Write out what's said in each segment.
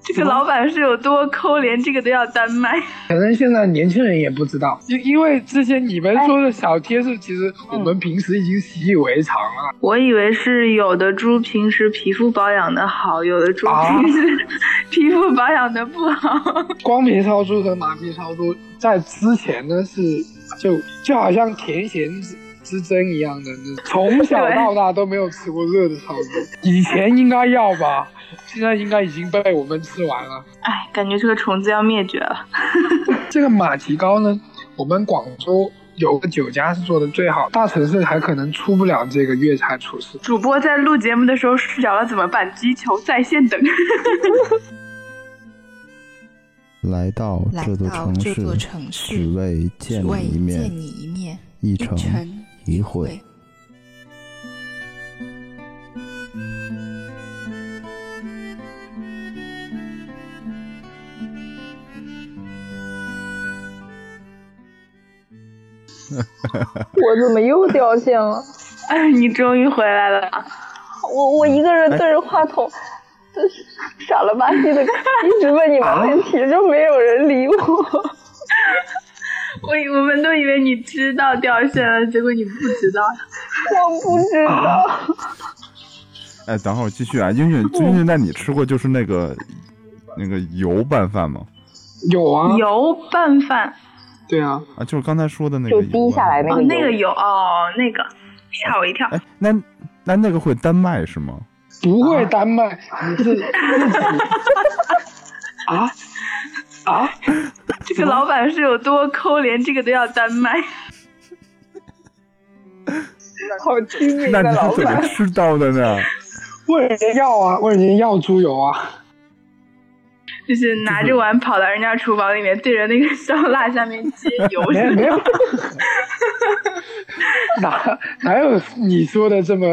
这个老板是有多抠，连这个都要单卖。 可能现在年轻人也不知道，因为之前你们说的小贴士，其实我们平时已经习以为常了。 我以为是有的猪平时皮肤保养的好，有的猪平时皮肤保养的不好。 光皮烧猪和马皮烧猪在之前呢是就好像甜咸之争一样的，从小到大都没有吃过热的烧猪。以前应该要吧，现在应该已经被我们吃完了。 哎，感觉这个虫子要灭绝了。 这个马蹄糕呢，我们广州有个酒家是做的最好，大城市还可能出不了这个粤菜厨师。 主播在录节目的时候睡着了怎么办？击球在线等。 来到这座城市，只为见你一面，一城一会。 我怎么又掉线了？ 哎，你终于回来了。 我一个人对着话筒，就是傻了吧唧的一直问你们问题，就没有人理我。 我们都以为你知道掉线了，结果你不知道。 我不知道。 哎，等会儿继续啊，英俊，那你吃过就是那个油拌饭吗？ 有啊， 油拌饭。 对啊， 就是刚才说的那个就滴下来那个油。 那个油那个吓我一跳。 哎，那个会单卖是吗？ 不会单卖，你是这个老板是有多抠，连这个都要单卖。 好精明的老板。 那你怎么吃到的呢？ 问人家要啊，问人家要猪油啊。 就是拿着碗跑到人家厨房里面，对着那个烧腊下面接油。 没有，哪有你说的这么？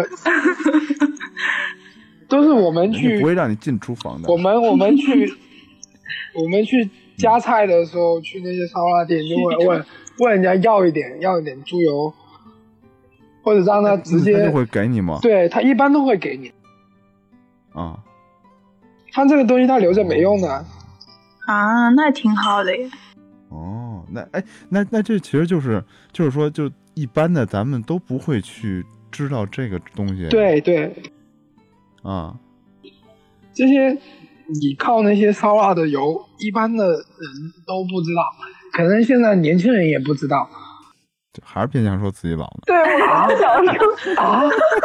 都是我们去， 不会让你进厨房的。 我们去夹菜的时候，去那些烧腊店就问人家要一点猪油，或者让他直接。 他就会给你吗？ 对，他一般都会给你。 啊。 他这个东西他留着没用的啊，那挺好的耶。 哦，那这其实就是说，就一般的咱们都不会去知道这个东西。 对对。 啊， 这些你靠那些烧腊的油，一般的人都不知道，可能现在年轻人也不知道。 还是别想说自己老了。 对，我刚想说啊，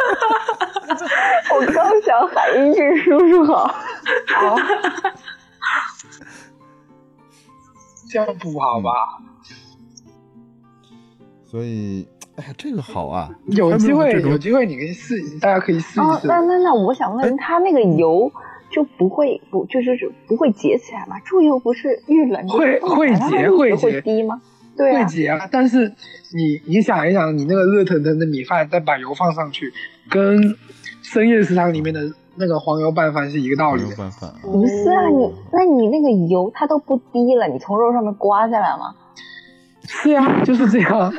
我刚想喊英俊叔叔好。 这样不好吧？ 所以，哎呀，这个好啊！ 有机会你可以试，大家可以试一试。 那我想问，它那个油就不会结起来吗？猪油不是遇冷会结会滴吗？对啊， 会结啊。但是你想一想，你那个热腾腾的米饭，再把油放上去，跟深夜食堂里面的那个黄油拌饭是一个道理的。 不是啊，你那个油它都不滴了，你从肉上面刮下来吗？ 是呀，就是这样。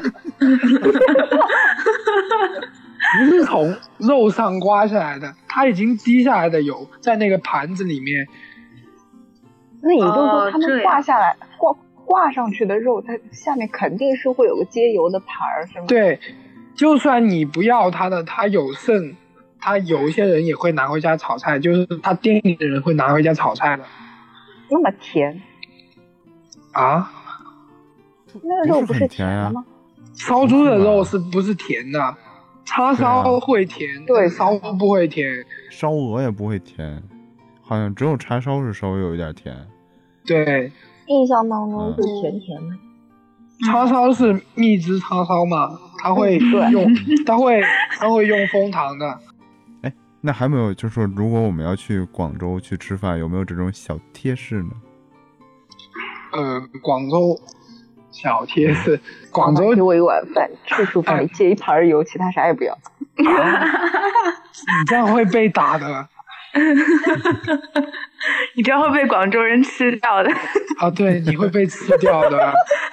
不是从肉上刮下来的，它已经滴下来的油在那个盘子里面。 那也就是说，他们挂下来挂上去的肉，它下面肯定是会有个接油的盘儿，是吗？ 对，就算你不要它的，它有剩。他有一些人也会拿回家炒菜，就是他店里的人会拿回家炒菜的。 那么甜啊？ 那个肉不是甜的吗？ 烧猪的肉是不是甜的？叉烧会甜，对，烧猪不会甜， 烧鹅也不会甜，好像只有叉烧是稍微有一点甜。 对， 印象当中是甜甜的。 叉烧是蜜汁叉烧嘛，它会用枫糖的。 那还没有，就是说，如果我们要去广州去吃饭，有没有这种小贴士呢？ 广州小贴士，广州给我一碗饭，去厨房里接一盘油，其他啥也不要。 你这样会被打的。 你这样会被广州人吃掉的。 啊，对，你会被吃掉的。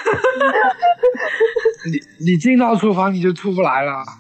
你进到厨房你就出不来了。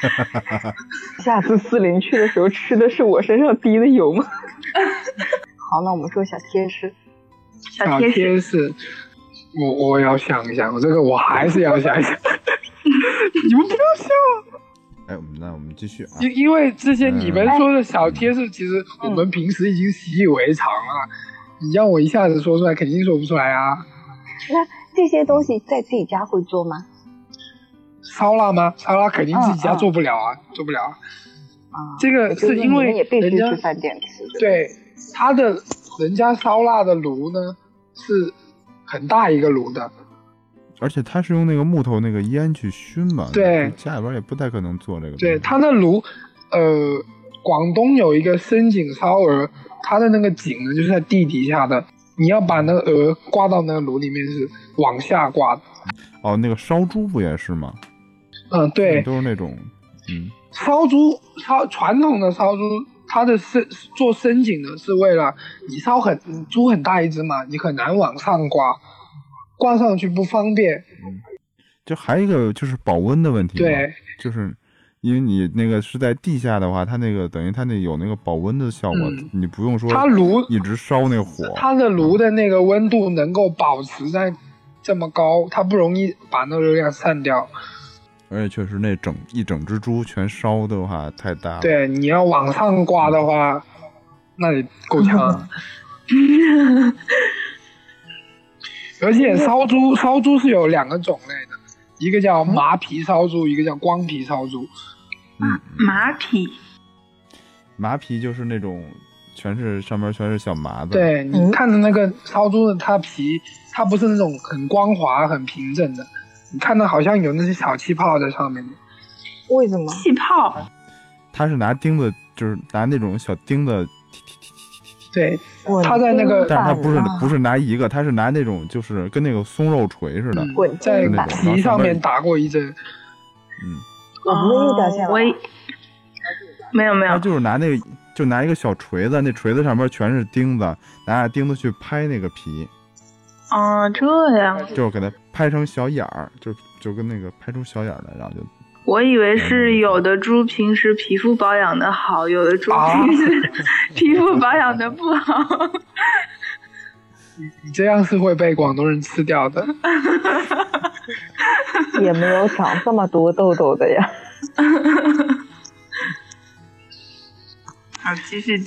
下次40去的时候吃的是我身上滴的油吗？ 好，那我们说小贴士。 小贴士，我要想一想，我还是要想一想。你们不要笑啊！ 哎，那我们继续啊。 因为这些你们说的小贴士，其实我们平时已经习以为常了。你让我一下子说出来，肯定说不出来啊。 那这些东西在自己家会做吗？ 烧腊吗？烧腊肯定自己家做不了啊，做不了啊。这个是因为也必须去饭店吃。 对，人家烧腊的炉呢是很大一个炉的， 而且它是用那个木头那个烟去熏嘛。 对， 家里边也不太可能做这个。 对，它的炉，广东有一个深井烧鹅，它的那个井呢就是在地底下的，你要把那个鹅挂到那个炉里面是往下挂的。 哦，那个烧猪不也是吗？ 对， 都是那种， 烧猪传统的烧猪，它的做深井的是为了你猪很大一只嘛，你很难往上挂上去不方便。 就还有一个就是保温的问题。 对， 就是因为你那个是在地下的话，它那个等于它那有那个保温的效果，你不用说它炉一直烧那火， 它的炉的那个温度能够保持在这么高，它不容易把那个热量散掉。 而且确实那一整只猪全烧的话太大了。 对，你要往上挂的话，那得够呛。而且烧猪是有2个种类的，一个叫麻皮烧猪，一个叫光皮烧猪。 麻皮就是那种上面全是小麻子。 对，你看的那个烧猪的，它皮它不是那种很光滑很平整的，你看到好像有那些小气泡在上面。 为什么？ 气泡？ 他是拿钉子，就是拿那种小钉子对，他在那个， 但是他不是拿一个，他是拿那种就是跟那个松肉锤似的， 在皮上面打过一针。 我没有表现了。 没有。 他就是拿一个小锤子，那锤子上面全是钉子，拿钉子去拍那个皮。 这样。 就是给它拍成小眼儿，就跟那个拍出小眼儿来，然后就。 我以为是有的猪平时皮肤保养的好，有的猪平时皮肤保养的不好。 你这样是会被广东人吃掉的。 也没有长这么多痘痘的呀。 好，继续。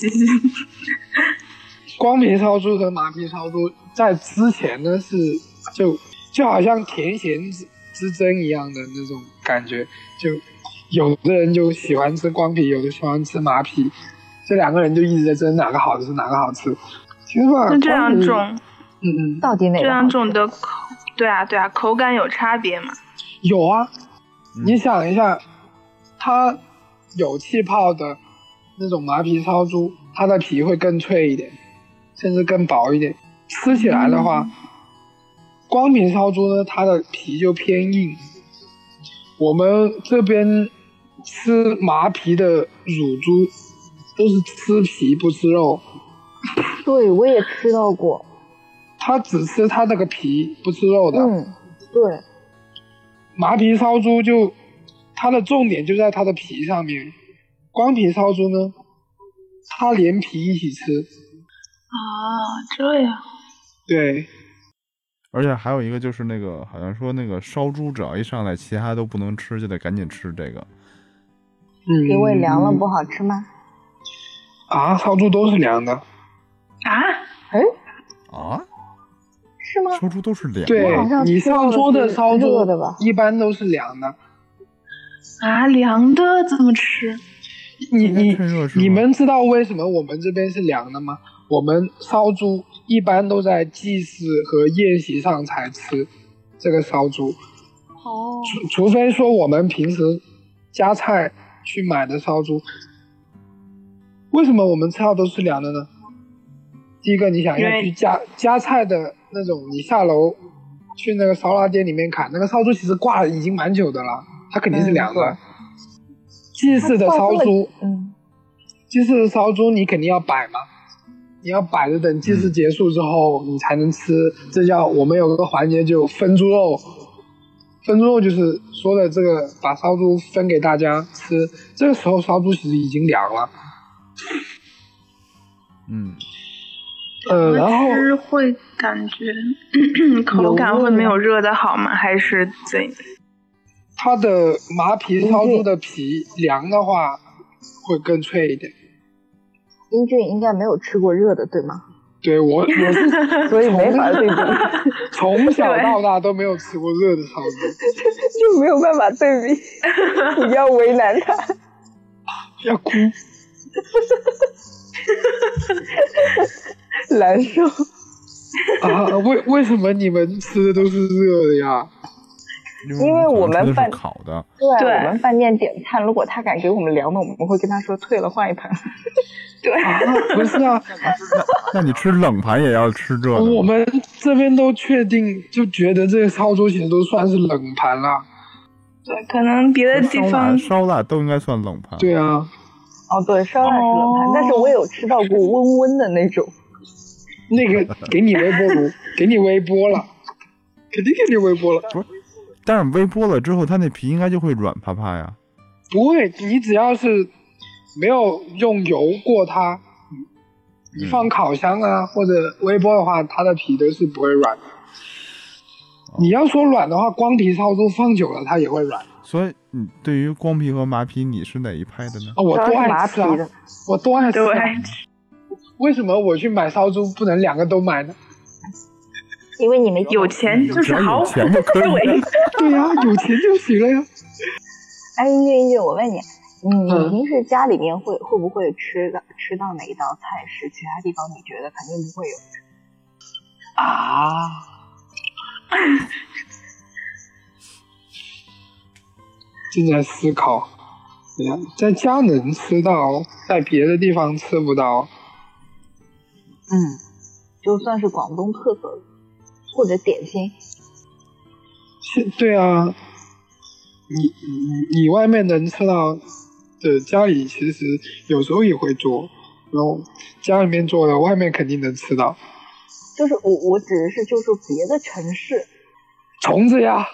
光皮烧猪和麻皮烧猪在之前呢就好像甜咸之争一样的那种感觉，就有的人就喜欢吃光皮，有的喜欢吃麻皮，这2个人就一直在争哪个好吃哪个好吃。其实吧， 那这两种， 到底哪个好吃？ 这两种的对啊，口感有差别吗？ 有啊，你想一下，它有气泡的那种麻皮烧猪，它的皮会更脆一点，甚至更薄一点。吃起来的话，光皮烧猪呢，它的皮就偏硬。我们这边吃麻皮的乳猪都是吃皮不吃肉。 对，我也吃到过。 它只吃它那个皮，不吃肉的。 对。 麻皮烧猪它的重点就在它的皮上面，光皮烧猪呢，它连皮一起吃。 这样。 对。 而且还有一个就是那个，好像说那个烧猪只要一上来，其他都不能吃，就得赶紧吃这个。 因为凉了不好吃吗？ 烧猪都是凉的。 是吗？ 烧猪都是凉的。 对，你上桌的烧猪一般都是凉的。 凉的怎么吃？ 你们知道为什么我们这边是凉的吗？我们烧猪一般都在祭祀和宴席上才吃这个烧猪。除非说我们平时夹菜去买的烧猪。为什么我们吃到都是凉的呢？第一个，你想要去夹菜的那种，你下楼去那个烧腊店里面看，那个烧猪其实挂了已经蛮久的了，它肯定是凉的。祭祀的烧猪，祭祀的烧猪你肯定要摆嘛，你要摆着等祭祀结束之后你才能吃，这叫我们有个环节就分猪肉。分猪肉就是说的这个，把烧猪分给大家吃，这个时候烧猪其实已经凉了。 然后吃会感觉口感会没有热的好吗？还是怎？ 它的麻皮烧猪的皮凉的话会更脆一点。 英俊应该没有吃过热的，对吗？ 对，我是所以没法对比。 从小到大都没有吃过热的烧猪， 就没有办法对比。你要为难他， 要哭。 难受啊！为什么你们吃的都是热的呀？ 因为我们饭烤的， 对，我们饭店点餐，如果他敢给我们凉的，我们会跟他说退了换一盘。 对， 不是啊， 那你吃冷盘也要吃热的。 我们这边都确定，就觉得这个烧猪其实都算是冷盘了。 对，可能别的地方烧腊都应该算冷盘。 对啊。 哦，对，烧腊是冷盘，但是我有吃到过温温的那种。 那个给你微波炉，给你微波了，肯定给你微波了。 不是，但是微波了之后，它那皮应该就会软趴趴呀。 不会，你只要是没有用油过它，你放烤箱啊或者微波的话，它的皮都是不会软。你要说软的话，光皮烧猪放久了它也会软。 所以你对于光皮和麻皮，你是哪一派的呢？ 我都爱吃啊，我都爱吃。为什么我去买烧猪不能两个都买呢？ 因为你们有钱就是好。 有钱就可以。 对呀，有钱就行了呀。 哎，英俊，我问你，你平时家里面会不会吃到哪一道菜是其他地方你觉得肯定不会有的？ 啊？正在思考，在家能吃到，在别的地方吃不到。 就算是广东特色或者点心。 对啊，你外面能吃到的，家里其实有时候也会做，然后家里面做的，外面肯定能吃到。 就是我指的是就是别的城市。 虫子呀。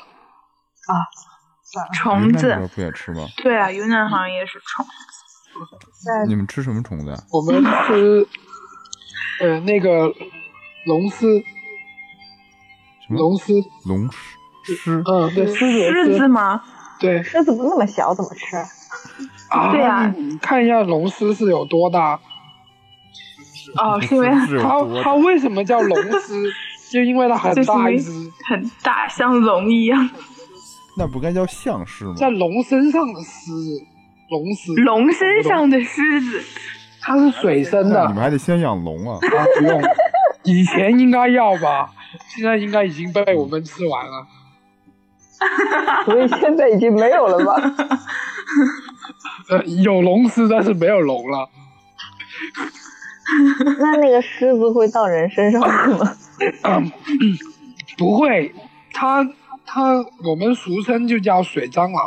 虫子不也吃吗？ 对啊，云南好像也是虫子。 你们吃什么虫子呀？ 我们吃那个龙狮。龙狮。 龙狮。 对， 狮子吗？ 对。 狮子不那么小，怎么吃？ 对啊， 你看一下龙狮是有多大。 是因为它为什么叫龙狮？就因为它很大一只， 很大，像龙一样。 那不该叫象狮吗？ 在龙身上的狮子，龙狮。 龙身上的狮子， 它是水生的。 你们还得先养龙啊！ 不用，以前应该要吧，现在应该已经被我们吃完了。 所以现在已经没有了吧？ 有龙狮，但是没有龙了。 那个狮子会到人身上去吗？ 不会，它我们俗称就叫水蟑螂。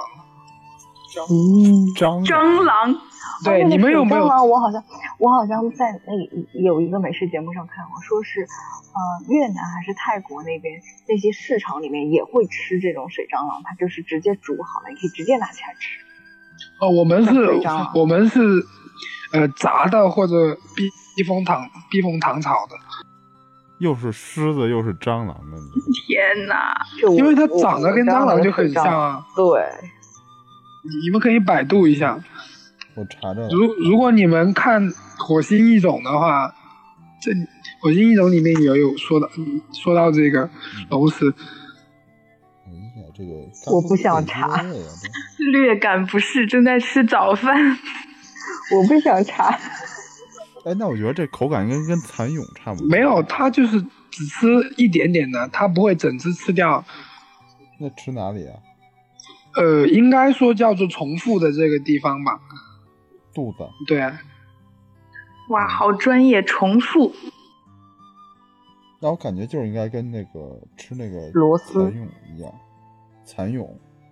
蟑螂。 对，你们有没有？ 蟑螂我好像在有一个美食节目上看过，说是越南还是泰国那边那些市场里面也会吃这种水蟑螂，它就是直接煮好了，你可以直接拿起来吃。 我们是炸的或者避风塘炒的。 又是狮子又是蟑螂的， 天哪！ 因为它长得跟蟑螂就很像啊。 对， 你们可以百度一下。 我查着。 如果你们看《火星异种》的话，这《火星异种》里面也有说到这个龙狮。 这个我不想查， 略感不适，正在吃早饭。 我不想查。 那我觉得这口感跟蚕蛹差不多。 没有，它就是只吃一点点的，它不会整只吃掉。 那吃哪里啊？ 应该说叫做重复的这个地方吧。 肚子。 对啊。 哇，好专业，重复。 那我感觉就是应该跟那个吃那个螺丝蚕蛹一样。蚕蛹。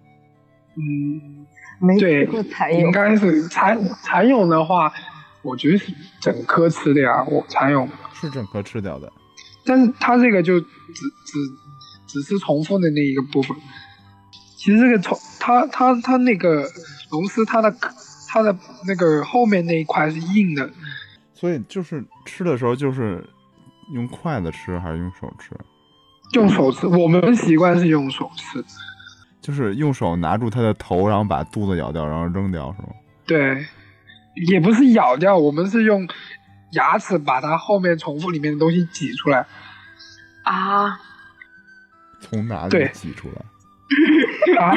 没对， 吃过蚕蛹。 应该是蚕蛹的话。我觉得是整颗吃的呀，蚕蛹是整颗吃掉的， 但是它这个就只是重复的那一个部分。其实这个它那个龙狮，它的那个后面那一块是硬的， 所以就是吃的时候就是用筷子吃还是用手吃？ 用手吃，我们习惯是用手吃， 就是用手拿住它的头，然后把肚子咬掉，然后扔掉，是吗？ 对，也不是咬掉，我们是用牙齿把它后面重复里面的东西挤出来。 啊？ 从哪里挤出来？ 啊？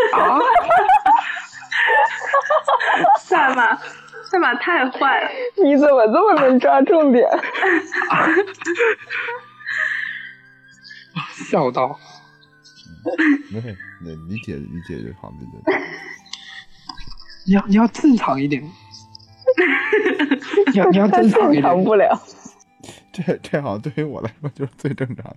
萨玛太坏了！ 你怎么这么能抓重点？ 笑到。 没事，理解就好，理解。 你要正常一点。你要正常一点。 正常不了。 这好像对于我来说就是最正常的。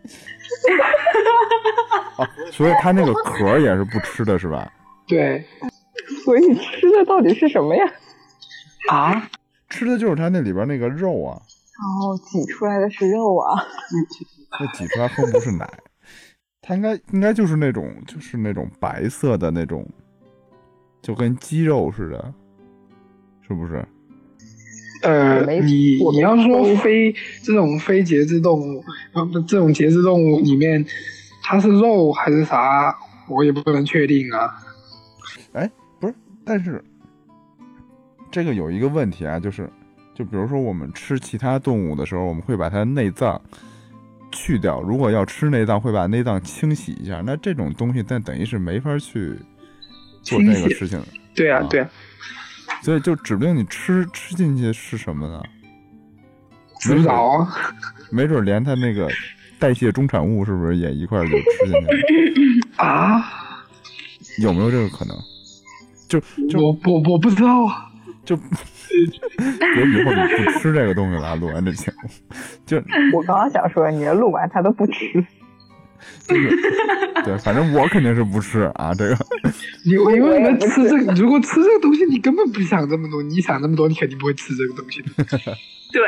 所以它那个壳也是不吃的，是吧？ 对。 所以吃的到底是什么呀？ 啊？ 吃的就是它那里边那个肉啊。 哦，挤出来的是肉啊。 那挤出来更不是奶，它应该就是那种白色的那种，就跟鸡肉似的，是不是？ 你要说这种非节肢动物，这种节肢动物里面它是肉还是啥，我也不能确定啊。 哎，不是，但是这个有一个问题啊，就比如说我们吃其他动物的时候，我们会把它内脏去掉，如果要吃内脏，会把内脏清洗一下。那这种东西，但等于是没法去做这个事情。 对啊，对啊。 所以就指不定你吃进去是什么呢？ 知不着啊。 没准连它那个代谢中产物是不是也一块就吃进去了？ 啊？ 有没有这个可能？ 我不知道啊。 就别以后你不吃这个东西了，录完这节目。就我刚刚想说，你录完他都不吃。 对，反正我肯定是不吃啊，这个。 因为你们吃这个，如果吃这个东西，你根本不想这么多，你想这么多，你肯定不会吃这个东西的。 对。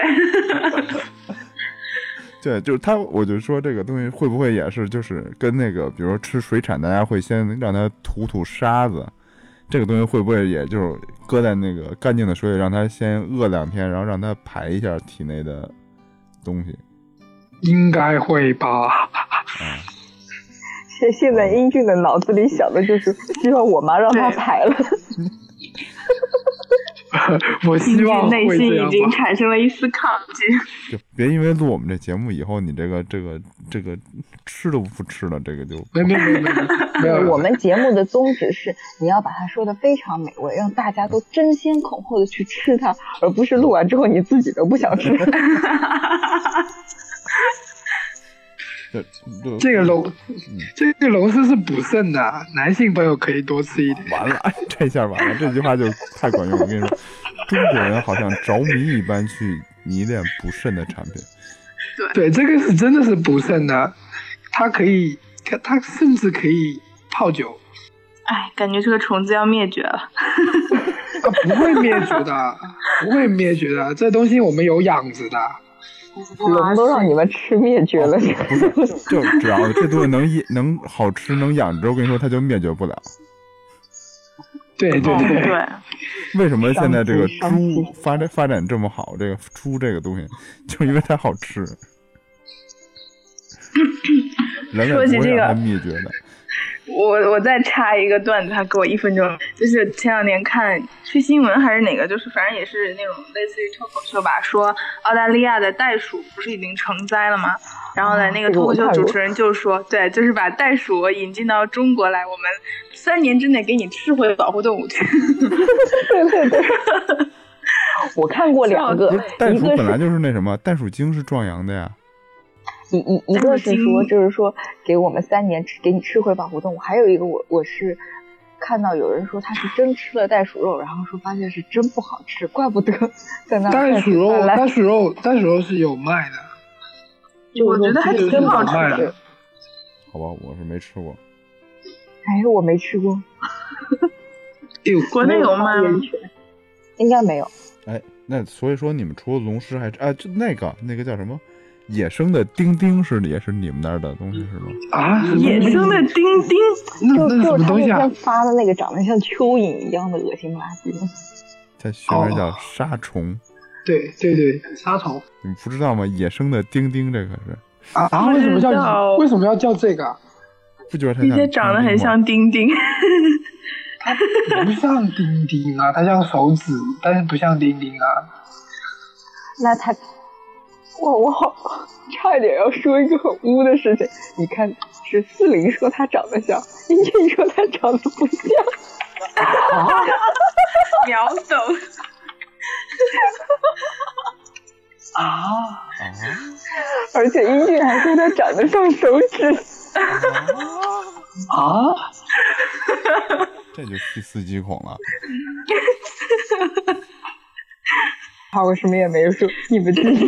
对，就是我就说这个东西会不会也是就是跟那个，比如说吃水产，大家会先让它吐沙子，这个东西会不会也就是搁在那个干净的水里，让它先饿2天，然后让它排一下体内的东西？ 应该会吧。 现在英俊的脑子里想的就是希望我妈让他排了。 我希望内心已经产生了一丝抗拒。 就别因为录我们这节目以后，你这个吃都不吃了，这个就没有。 我们节目的宗旨是你要把它说的非常美味，让大家都争先恐后的去吃它，而不是录完之后你自己都不想吃。 这个龙丝是补肾的，男性朋友可以多吃一点。 完了，这下完了，这句话就太管用。我跟你说，中国人好像着迷一般去迷恋补肾的产品。 对，这个是真的是补肾的，它甚至可以泡酒。 哎，感觉这个虫子要灭绝了。 不会灭绝的，不会灭绝的，这东西我们有养殖的。 龙都让你们吃灭绝了。 不是，就只要这东西能好吃能养殖，我跟你说它就灭绝不了。 对。 为什么现在这个猪发展这么好？这个猪这个东西，就因为它好吃。人类不会让它灭绝的。 我再插一个段子，还给我1分钟。就是前2年看是新闻还是哪个，就是反正也是那种类似于脱口秀吧，说澳大利亚的袋鼠不是已经成灾了吗？然后呢，那个脱口秀主持人就说，对，就是把袋鼠引进到中国来，我们3年之内给你吃回保护动物区。 对。我看过2个， 袋鼠本来就是那什么，袋鼠精是壮阳的呀。 一个是说，就是说给我们3年给你吃回保护动物，还有一个我是看到有人说他是真吃了袋鼠肉，然后说发现是真不好吃，怪不得在那袋鼠肉是有卖的， 我觉得还挺好吃的。 好吧，我是没吃过。 哎，我没吃过。 国内有卖吗？ 应该没有。 哎，那所以说你们除了龙狮还就那个叫什么？野生的丁丁也是你们那儿的东西是吗？ 啊， 野生的丁丁， 那什么东西啊？ 就是他那天发的那个长得像蚯蚓一样的恶心垃圾。 在学名叫沙虫。 对，沙虫。 你们不知道吗？野生的丁丁，这可是啊！为什么要叫这个？ 不觉得它并且长得很像丁丁。 它不像丁丁啊，它像手指，但是不像丁丁啊。 那它，我好差一点要说一个很污的事情。你看，是40说它长得像，英俊说它长得不像。 秒懂。 而且英俊还说它长得像手指。 这就细思极恐了。 好，我什么也没有说，你们继续。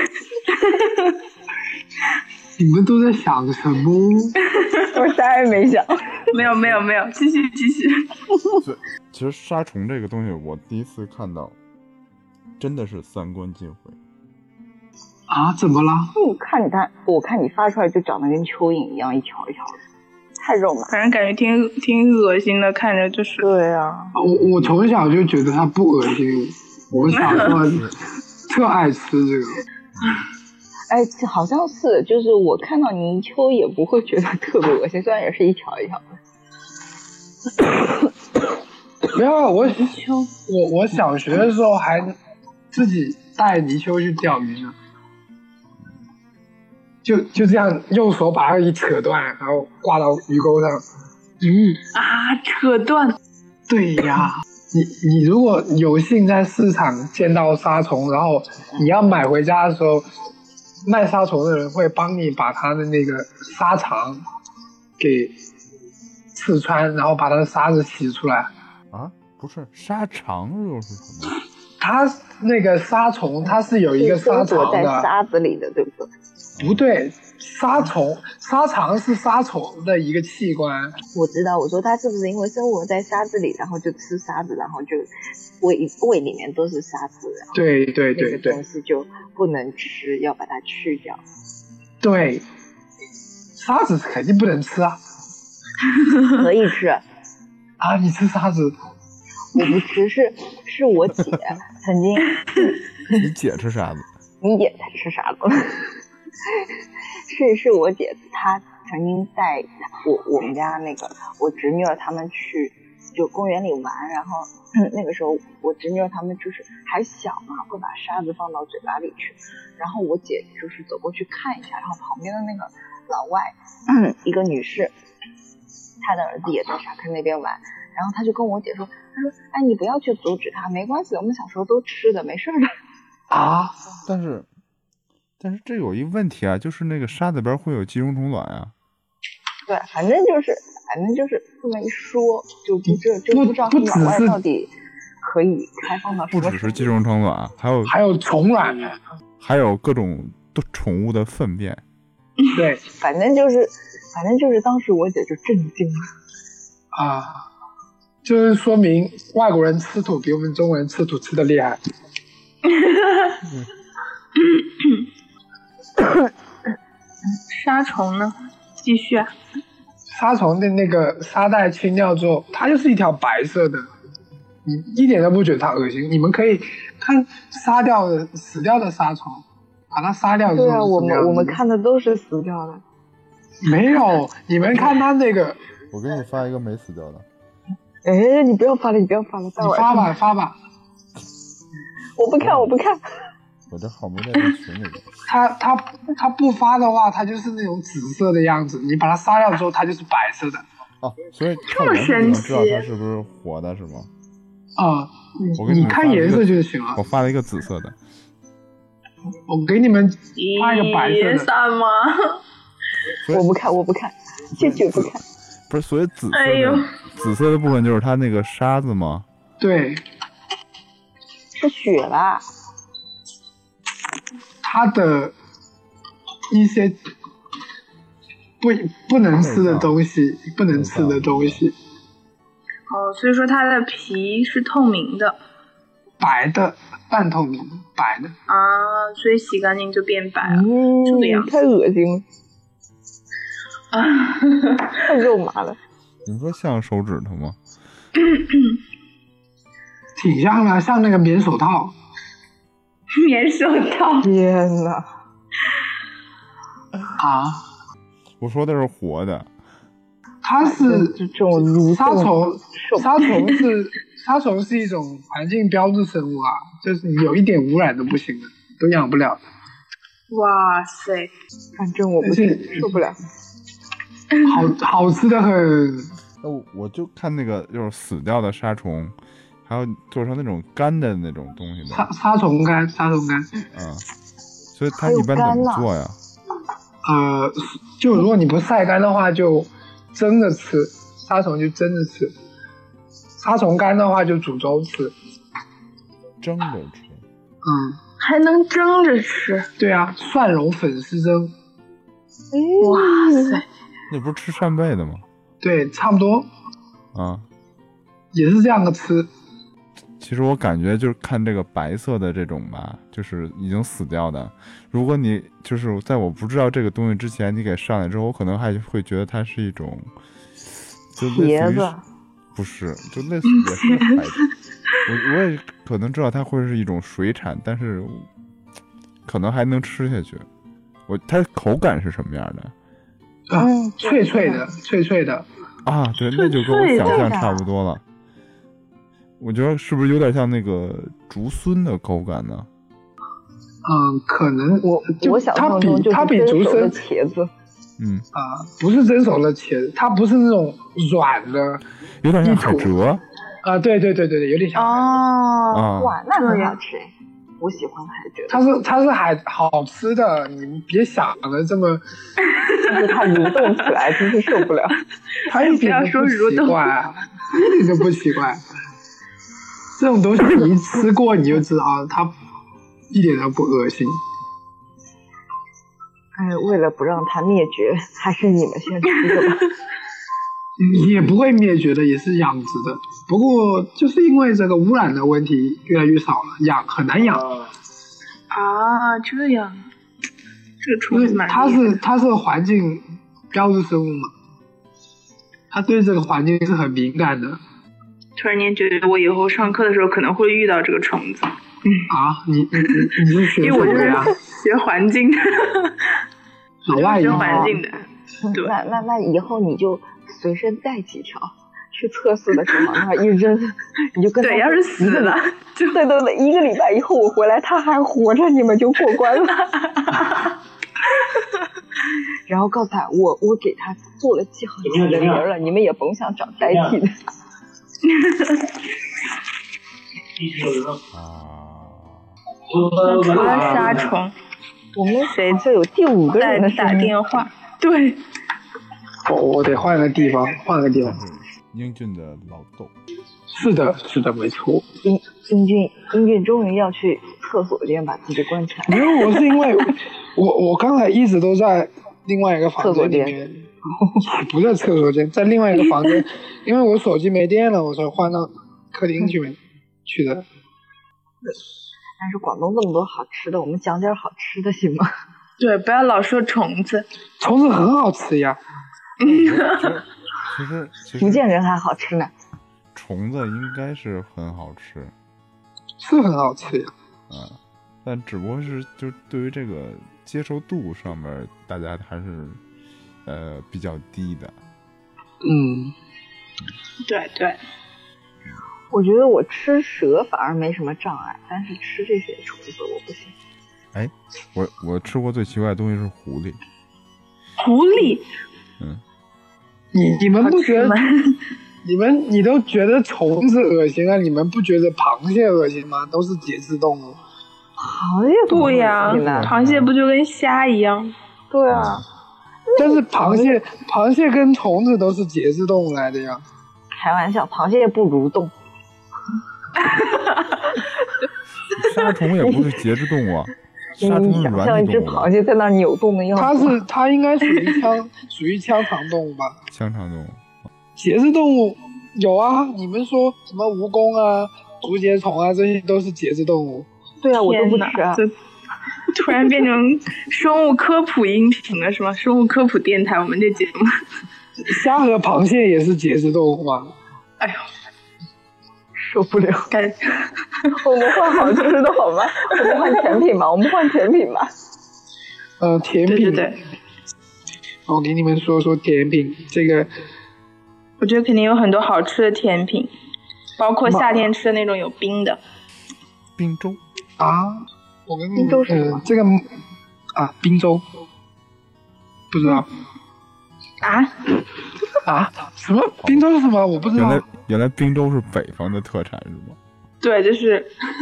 你们都在想什么？ 我啥也没想。 没有，继续。 其实沙虫这个东西，我第一次看到，真的是三观尽毁。 啊？怎么了？ 我看你发出来就长得跟蚯蚓一样，一条一条的，太肉麻。 反正感觉挺恶心的，看着就是。 对啊。 我从小就觉得它不恶心，我小时候特爱吃这个。 哎，好像是，就是我看到泥鳅也不会觉得特别恶心，虽然也是一条一条的。 没有，我小学的时候还自己带泥鳅去钓鱼呢，就这样用手把它一扯断，然后挂到鱼钩上。 扯断。 对呀，你如果有幸在市场见到沙虫，然后你要买回家的时候，卖沙虫的人会帮你把它的那个沙肠给刺穿，然后把它的沙子洗出来。 啊，不是沙肠又是什么？ 它那个沙虫，它是有一个沙肠的， 在沙子里的，对不对？ 不对，沙肠是沙虫的一个器官。 我知道，我说它是不是因为生活在沙子里，然后就吃沙子，然后就胃里面都是沙子，然后对， 那个东西就不能吃，要把它去掉。 对，沙子肯定不能吃啊。 可以吃啊？你吃沙子？ 我不吃，是我姐曾经。 你姐吃沙子？ 你姐才吃沙子。是我姐，她曾经带我们家那个我侄女儿他们去就公园里玩，然后那个时候我侄女儿他们就是还小嘛，会把沙子放到嘴巴里去，然后我姐就是走过去看一下，然后旁边的那个老外一个女士，她的儿子也在沙坑那边玩，然后她就跟我姐说，她说哎，你不要去阻止他，没关系，我们小时候都吃的，没事的。 啊， 但是这有一问题啊，就是那个沙子边会有寄生虫卵啊。 对，反正就是这么一说，就不知道老外到底可以开放到什么。 不只是寄生虫卵，还有虫卵， 还有各种宠物的粪便。 对， 反正就是当时我姐就震惊了啊，就是说明外国人吃土比我们中国人吃土吃的厉害。 沙虫呢？继续啊。 沙虫的那个沙袋清掉之后，它就是一条白色的，你一点都不觉得它恶心。你们可以看死掉的沙虫，把它杀掉之后。 对啊，我们看的都是死掉的。 没有，你们看它那个。 我给你发一个没死掉的。 哎，你不要发了，你发吧。 我不看。 我这号没在这群里。 它不发的话，它就是那种紫色的样子。你把它杀掉之后，它就是白色的。 哦，所以看颜色就能知道它是不是活的，是吗？ 啊，你看颜色就行了。 我发了一个紫色的。 我给你们发一个白色的。 什么？ 我不看，坚决不看。 不是，所以紫色的部分就是它那个沙子吗？ 对， 是血吧？ 它的一些不能吃的东西， 哦，所以说它的皮是透明的， 白的，半透明，白的啊，所以洗干净就变白了，这个样子。 太恶心了，太肉麻了。 你说像手指头吗？ 挺像的，像那个棉手套。 棉手套。 天哪！ 啊， 我说的是活的。 它是这种蠕沙动沙虫是一种环境标志生物啊，就是你有一点污染都不行的，都养不了。 哇塞， 反正我不行，受不了。 好吃的很。 我就看那个就是死掉的沙虫，还有做成那种干的那种东西的沙虫干。 所以它一般怎么做呀？ 就如果你不晒干的话，就蒸着吃，沙虫就蒸着吃；沙虫干的话就煮粥吃。 蒸着吃？ 还能蒸着吃？ 对啊，蒜蓉粉丝蒸。 哇塞， 那不是吃扇贝的吗？ 对，差不多。也是这样的吃。 其实我感觉就是看这个白色的这种吧，就是已经死掉的。如果你就是在我不知道这个东西之前，你给上来之后，我可能还会觉得它是一种，就类似于不是，就类似于也是海。我也可能知道它会是一种水产，但是可能还能吃下去。它口感是什么样的？ 脆脆的。 啊，对，那就跟我想象差不多了。我觉得是不是有点像那个竹荪的口感呢？ 可能我想象中就是它比竹荪的茄子。 不是蒸熟的茄子，它不是那种软的， 有点像海蜇。 对，有点像。 哇，那很好吃哎，我喜欢海蜇。 它是好吃的，你们别想的这么。 但是它蠕动起来真是受不了。 它一点都不奇怪，一点都不奇怪。这种东西你一吃过你就知道它一点都不恶心。 为了不让它灭绝，还是你们先吃的吧。 也不会灭绝的，也是养殖的。不过就是因为这个污染的问题越来越少了，很难养。 这样，这个虫子蛮厉害的。 它是环境标志生物嘛，它对这个环境是很敏感的。 突然间觉得我以后上课的时候可能会遇到这个虫子。 你是学什么的呀？ 学环境的。 老外学环境的。对。 那以后你就随身带几条，去测试的时候那一扔，你就跟他对，要是死了， 对，1个礼拜以后我回来他还活着，你们就过关了。然后告诉他我给他做了记号人了，你们也甭想找代替的。 除了沙虫， 我们这有第5个人的打电话。对， 我得换个地方。 英俊的老豆。 是的，没错。 英俊终于要去厕所间把自己关起来。 没有，我是因为我刚才一直都在另外一个房间里面。不在厕所间，在另外一个房间，因为我手机没电了，我才换到客厅去的。 但是广东这么多好吃的，我们讲点好吃的行吗？ 对，不要老说虫子。 虫子很好吃呀。 其实福建人还好吃呢。 虫子应该是很好吃。 是很好吃呀。 但只不过是就对于这个接受度上面，大家还是比较低的。 对。 我觉得我吃蛇反而没什么障碍，但是吃这些虫子我不行。 我吃过最奇怪的东西是狐狸。 狐狸？ 你们不觉得？你都觉得虫子恶心啊？你们不觉得螃蟹恶心吗？都是节肢动物。 螃蟹不呀，螃蟹不就跟虾一样？ 对啊。 但是螃蟹跟虫子都是节肢动物来的呀。 开玩笑，螃蟹不蠕动。 沙虫也不是节肢动物啊，沙虫是软体动物。 像一只螃蟹在那扭动的样子。 它应该属于腔肠动物吧？ 腔肠动物。 节肢动物有啊，你们说什么蜈蚣啊、竹节虫啊，这些都是节肢动物。 对啊，我都不吃啊。 突然变成生物科普音频了，是吗？生物科普电台，我们这节目。 虾和螃蟹也是节肢动物吗？ 哎呦， 受不了。 我们换好吃的好吗？我们换甜品吧， 甜品。 对。 我给你们说说甜品，这个我觉得肯定有很多好吃的甜品，包括夏天吃的那种有冰的。 冰粥啊？我跟冰粥是什么？ 这个冰粥不知道。什么冰粥是什么？我不知道。 原来冰粥是北方的特产是吗？ 对，就是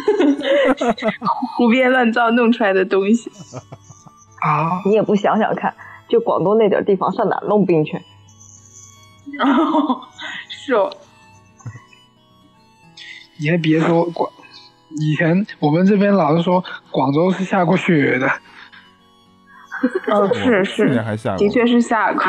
胡编乱造弄出来的东西。 你也不想想看，就广东那点地方上哪弄冰去？ 是哦。 你还别说，以前我们这边老是说广州是下过雪的。 是， 去年还下过， 的确是下过。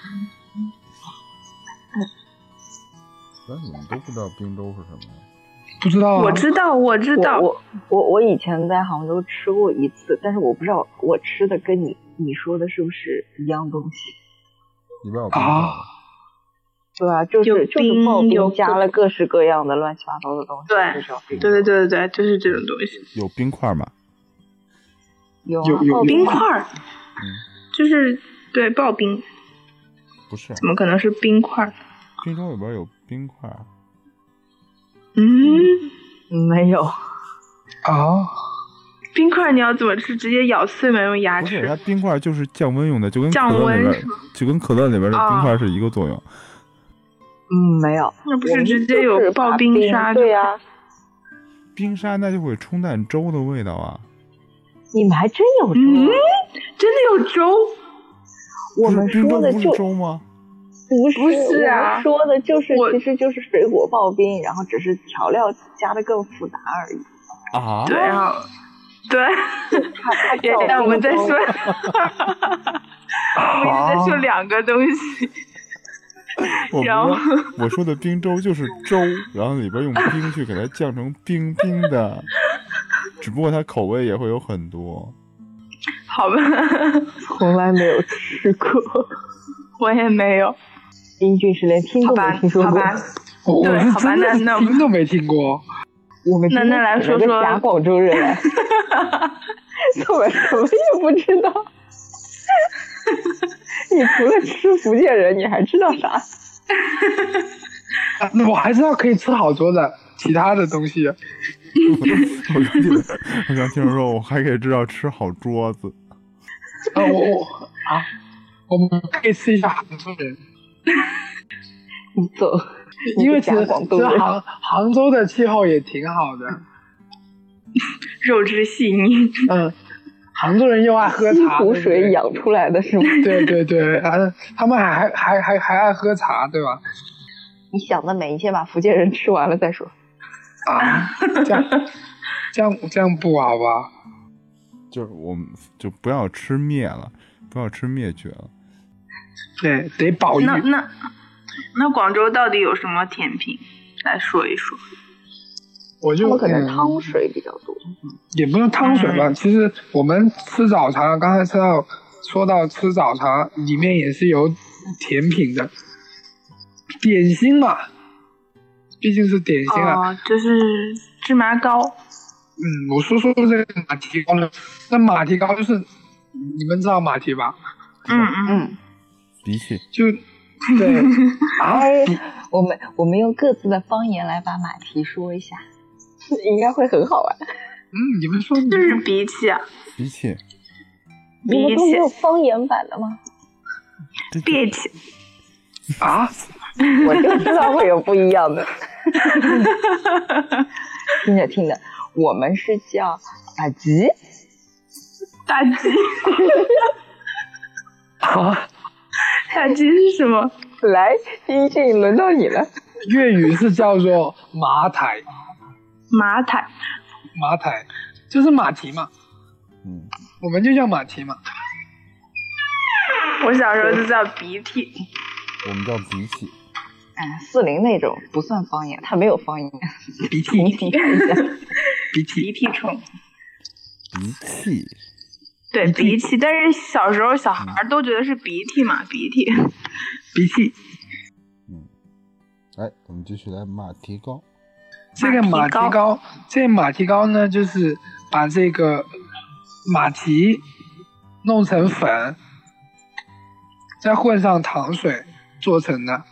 你们都不知道冰粥是什么？ 不知道。 我知道。 我以前在杭州吃过一次，但是我不知道我吃的跟你说的是不是一样东西。 里面有冰对啊，就是刨冰加了各式各样的乱七八糟的东西。 对，就是这种东西。 有冰块吗？ 有冰块。就是对刨冰。 不是。 怎么可能是冰块？ 冰粥里边有冰块。 没有。 冰块你要怎么吃？直接咬碎吗？用牙齿？ 不是，它冰块就是降温用的，就跟降温就跟可乐里边的冰块是一个作用。 没有。 那不是直接有刨冰沙？ 对呀。 冰沙那就会冲淡粥的味道啊。 你们还真有粥？ 真的有粥？ 我们说的就粥吗？ 不是啊， 我们说的就是其实就是水果刨冰，然后只是调料加的更复杂而已。 对啊，对。我们在说，我们在说两个东西。然后我说的冰粥就是粥，然后里边用冰去给它降成冰冰的，只不过它口味也会有很多。 好吧。 从来没有吃过。 我也没有。 英俊是连听都没听说过。 好吧。对，好吧，那听都没听过。 我们那来说说假广州人。我们什么也不知道。你除了吃福建人，你还知道啥？ 那我还知道可以吃好多的其他的东西。 我刚听说我还可以知道吃好桌子。 我们可以吃一下杭州人。 你走。 因为其实杭州的气候也挺好的。 肉质细腻。 杭州人又爱喝茶， 湖水养出来的是吗？ 对，他们还爱喝茶，对吧？ 你想得美，你先把福建人吃完了再说。 这样不好吧？ 就是我们就不要吃灭了，不要吃灭绝了。 对，得保育。 那广州到底有什么甜品？来说一说。 他们可能汤水比较多。 也不是汤水吧，其实我们吃早茶，刚才说到吃早茶，里面也是有甜品的，点心嘛，毕竟是点心啊。 就是芝麻糕。 我说这个马蹄糕呢，那马蹄糕就是你们知道马蹄吧？ 鼻涕。 就对。 我们用各自的方言来把马蹄说一下。应该会很好玩。 你们说这是鼻涕啊？ 鼻涕。 你们都没有方言版的吗？ 憋气。 我就知道会有不一样的。听着，我们是叫大吉。 大吉。大吉是什么？ 来，英俊，轮到你了。 粤语是叫做马蹄。 马蹄就是马蹄嘛。我们就叫马蹄嘛。 我小时候就叫鼻涕。 我们叫鼻涕。 40那种不算方言，它没有方言。 鼻涕。 看一下。 鼻涕虫。 鼻涕。 对，鼻涕，但是小时候小孩都觉得是鼻涕嘛，鼻涕。 鼻涕。 我们继续来马蹄糕。 这个马蹄糕呢，就是把这个马蹄弄成粉，再混上糖水做成的。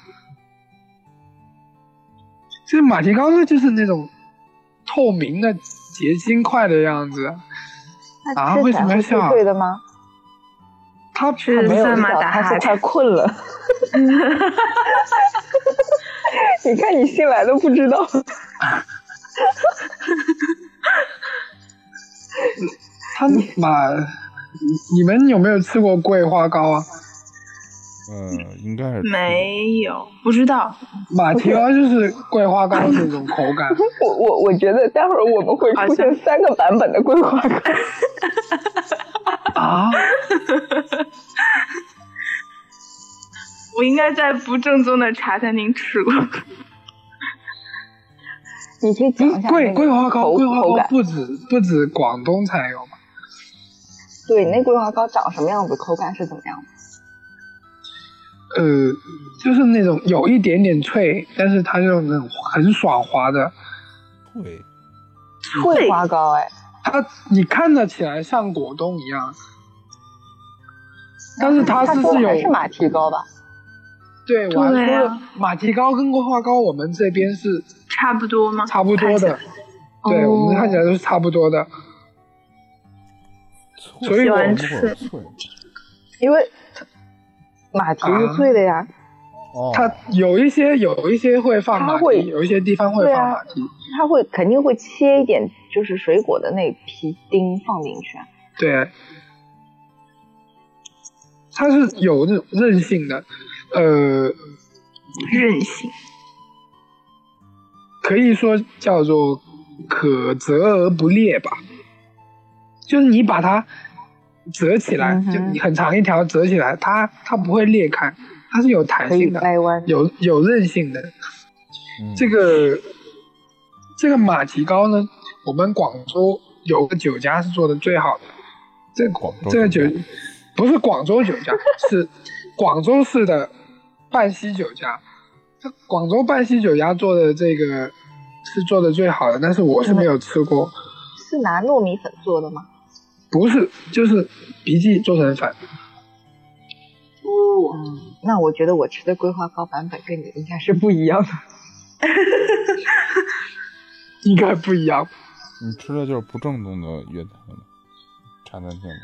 这马蹄糕呢，就是那种透明的结晶块的样子。啊，为什么要笑？ 对的吗？ 他是没有算吗？ 他是快困了。你看你新来都不知道。 你们有没有吃过桂花糕啊？ 应该是没有，不知道。 马蹄糕就是桂花糕那种口感。 我觉得待会儿我们会出现3个版本的桂花糕。 啊？ 我应该在不正宗的茶餐厅吃过。 你可以讲一下桂花糕不止广东才有吗？ 对，那桂花糕长什么样子，口感是怎么样的？ 就是那种有一点点脆，但是它就是那种很爽滑的脆花糕。 你看得起来像果冻一样，但是它是有还是马蹄糕吧？ 对，我还说了，马蹄糕跟桂花糕我们这边是差不多吗？ 差不多的，对，我们看起来都是差不多的。所以我们吃， 因为马蹄是脆的呀。 它有一些会放马蹄，有一些地方会放马蹄。 它肯定会切一点，就是水果的那皮丁放进去。 对，它是有那种韧性的， 韧性， 可以说叫做可折而不裂吧。就是你把它折起来，就你很长一条折起来，它不会裂开，它是有弹性的，有韧性的。这个马蹄糕呢，我们广州有个酒家是做的最好的。这个酒不是广州酒家，是广州市的半溪酒家。广州半溪酒家做的这个是做的最好的，但是我是没有吃过。 是拿糯米粉做的吗？ 不是，就是荸荠做成粉。 那我觉得我吃的桂花糕版本跟你应该是不一样的。 应该不一样。 你吃的就是不正宗的粤菜的茶餐厅的。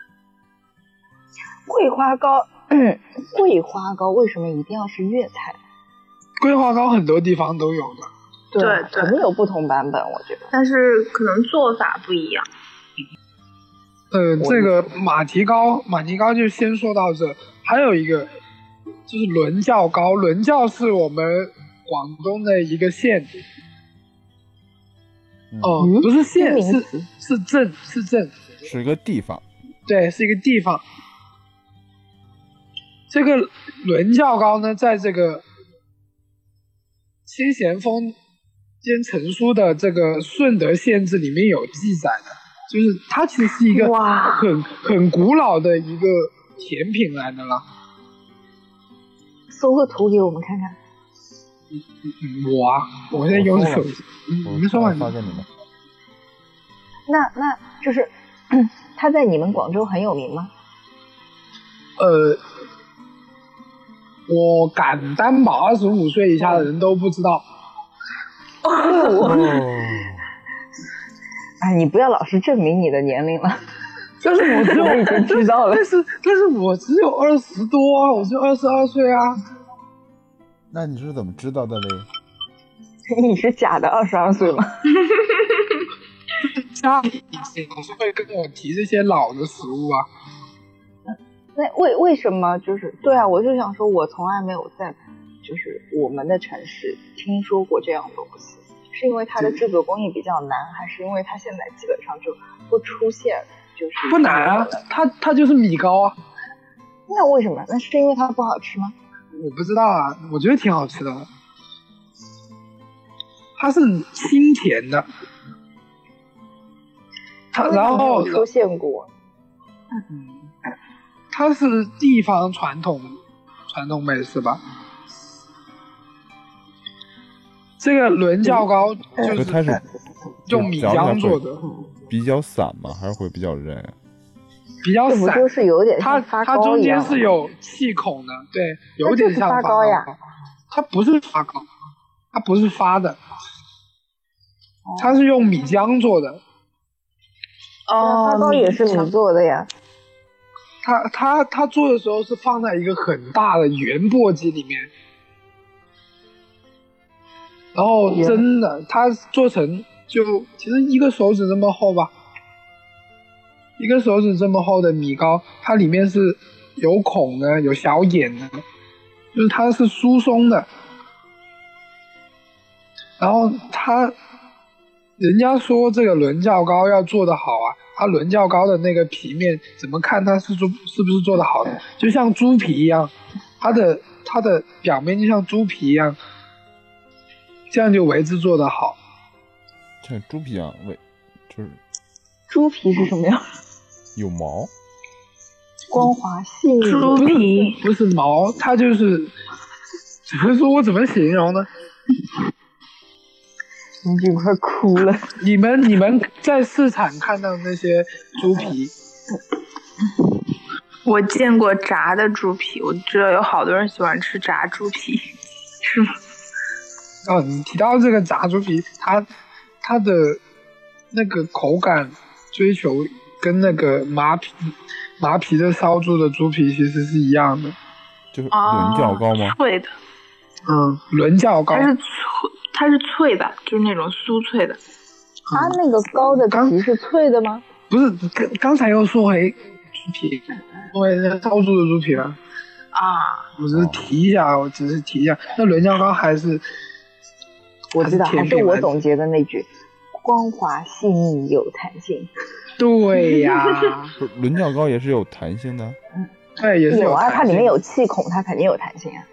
桂花糕，桂花糕为什么一定要是粤菜？ 桂花糕很多地方都有的。 对， 肯定有不同版本，我觉得。 但是可能做法不一样。 这个马蹄糕就先说到这，还有一个就是伦教糕。伦教是我们广东的一个县，不是县，是镇， 是一个地方。 对，是一个地方。这个伦教糕呢，在这个先贤封兼成书的这个顺德县志里面有记载的。就是它其实是一个很古老的一个甜品来的了。 搜个图给我们看看。 我现在用手机。你们说完发给你们。 那就是它在你们广州很有名吗？ 我敢担保25岁以下的人都不知道。 你不要老是证明你的年龄了。 但是我已经知道了。 但是我只有20多啊，我只有22岁啊。 那你是怎么知道的嘞？ 你是假的22岁吗？ 家里总是会跟我提这些老的食物啊。 那为什么就是对啊？我就想说，我从来没有在就是我们的城市听说过这样东西。是因为它的制作工艺比较难，还是因为它现在基本上就不出现？就是不难啊，它就是米糕啊。 那为什么？那是因为它不好吃吗？ 我不知道啊，我觉得挺好吃的。它是清甜的，然后出现过。 它是地方传统美食吧。 这个伦教糕就是它是用米浆做的， 比较散吗？还是会比较韧啊？ 比较散， 这不就是有点像发它中间是有气孔的，对，有点像发糕呀。 它不是发糕，它不是发的，它是用米浆做的。 发糕也是米做的呀。 它做的时候是放在一个很大的圆簸箕里面，然后蒸的，它做成就其实一个手指这么厚吧，一个手指这么厚的米糕，它里面是有孔的，有小眼的，就是它是疏松的。然后人家说这个伦教糕要做得好啊，它伦教糕的那个皮面怎么看它是不是做得好的？就像猪皮一样，它的表面就像猪皮一样，这样就为之做得好。 像猪皮一样，就是猪皮是什么样？ 有毛， 光滑细腻。 猪皮不是毛，它就是怎么说？我怎么形容呢？ 你就快哭了。 你们在市场看到那些猪皮， 我见过炸的猪皮，我知道有好多人喜欢吃炸猪皮，是吗？ 哦，你提到这个炸猪皮，它的那个口感追求跟那个麻皮的烧猪的猪皮其实是一样的， 就是伦教糕吗？ 脆的， 伦教糕， 它是脆的，就是那种酥脆的。 它那个糕的皮是脆的吗？ 不是，刚才又说回猪皮，因为那烧猪的猪皮了我只是提一下，那伦教糕还是我知道，还是我总结的那句，光滑细腻有弹性。 对呀， 伦教糕也是有弹性的。 对，也是有啊，它里面有气孔，它肯定有弹性啊。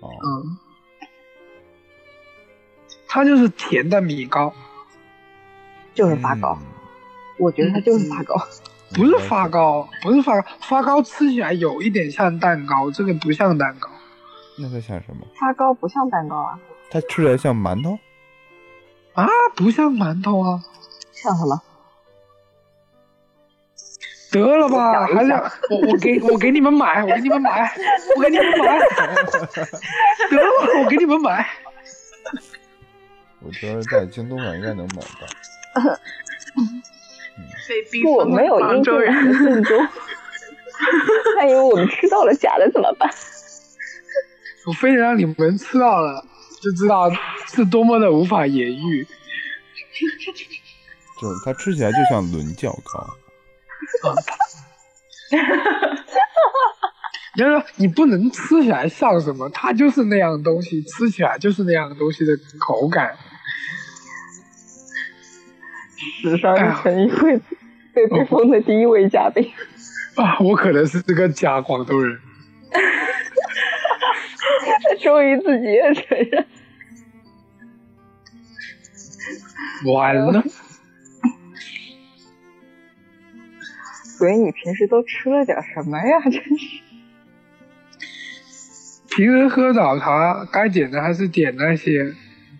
它就是甜的米糕， 就是发糕。我觉得它就是发糕。 不是发糕，发糕吃起来有一点像蛋糕，这个不像蛋糕。 那它像什么？ 发糕不像蛋糕啊。 它吃起来像馒头啊？不像馒头啊。 像什么？ 得了吧，还是我给你们买，得了，我给你们买。 我觉得在京东上应该能买到。 我没有因这人的信中，万一我们吃到了假的怎么办？ 我非得让你们吃到了，就知道是多么的无法言喻。 就是它吃起来就像伦教糕。 你不能吃起来像什么，它就是那样东西，吃起来就是那样东西的口感。 史上陈一会被封的第一位嘉宾我可能是这个假广东人。 他终于自己也承认。 完了。 所以你平时都吃了点什么呀？真是。 平时喝早茶该点的还是点那些。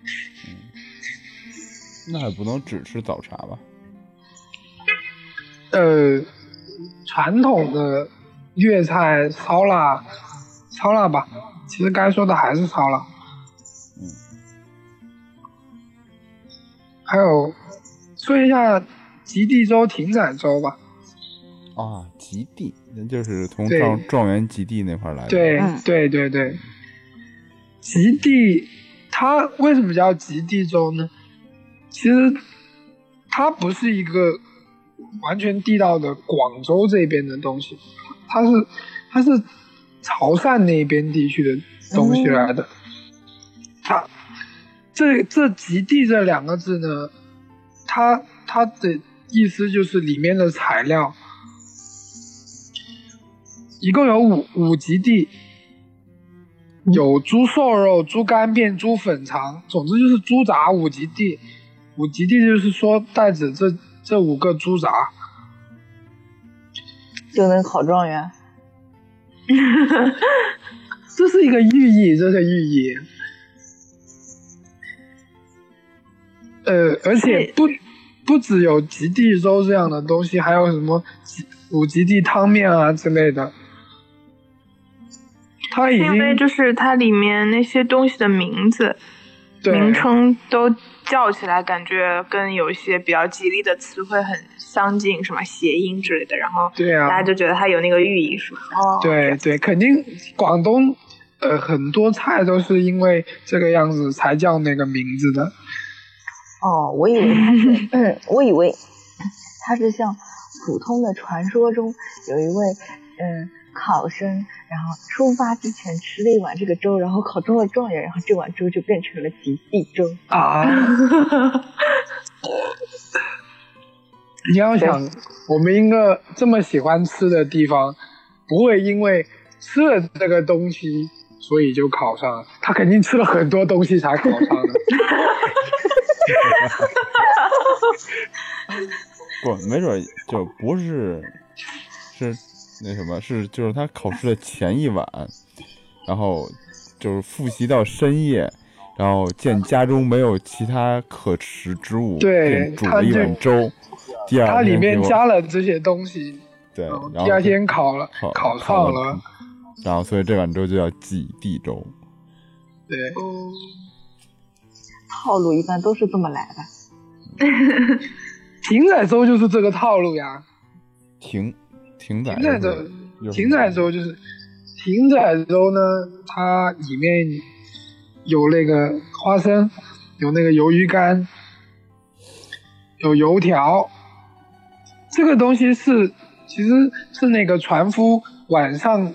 那还不能只吃早茶吧？ 传统的粤菜烧腊吧，其实该说的还是烧腊。还有说一下极地粥、艇仔粥吧。 极地，那就是从状元极地那块来的。 对，极地它为什么叫极地粥呢？其实它不是一个完全地道的广州这边的东西，它是潮汕那边地区的东西来的。它这极地这两个字呢，它的意思就是里面的材料一共有五极地，有猪瘦肉、猪肝片、猪粉肠，总之就是猪杂五极地。五极地就是说带着这5个猪杂就能考状元。 这是一个寓意， 而且不只有极地粥这样的东西，还有什么五极地汤面啊之类的。它已经因为就是它里面那些东西的名字名称都叫起来感觉跟有一些比较吉利的词汇很相近，什么谐音之类的，然后大家就觉得它有那个寓意，是吧？ 对对，肯定广东很多菜都是因为这个样子才叫那个名字的。 哦，我以为他是像普通的传说中有一位考生，然后出发之前吃了一碗这个粥，然后考中了状元，然后这碗粥就变成了极地粥啊。你要想，我们一个这么喜欢吃的地方，不会因为吃了这个东西所以就考上了，他肯定吃了很多东西才考上的。 不，没准就不是那什么，就是他考试的前一晚，然后就是复习到深夜，然后见家中没有其他可食之物， 对， 煮了一碗粥。第二天它里面加了这些东西， 对，然后第二天考上了， 然后所以这碗粥就叫极地粥。 对， 套路一般都是这么来的。 艇仔粥就是这个套路呀。 艇仔粥就是艇仔粥呢，它里面有那个花生，有那个鱿鱼干，有油条。这个东西其实是那个船夫晚上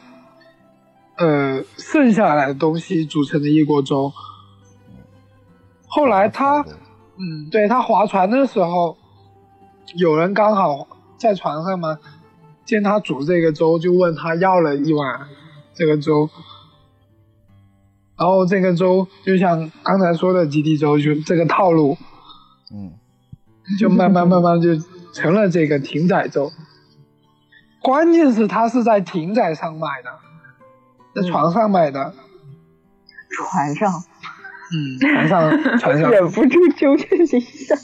剩下来的东西组成的一锅粥。后来他划船的时候，有人刚好在船上嘛，见他煮这个粥，就问他要了一碗这个粥。然后这个粥就像刚才说的极地粥，就这个套路，就慢慢就成了这个艇仔粥。关键是它是在艇仔上卖的，在船上卖的。 船上， 船上忍不住纠正一下。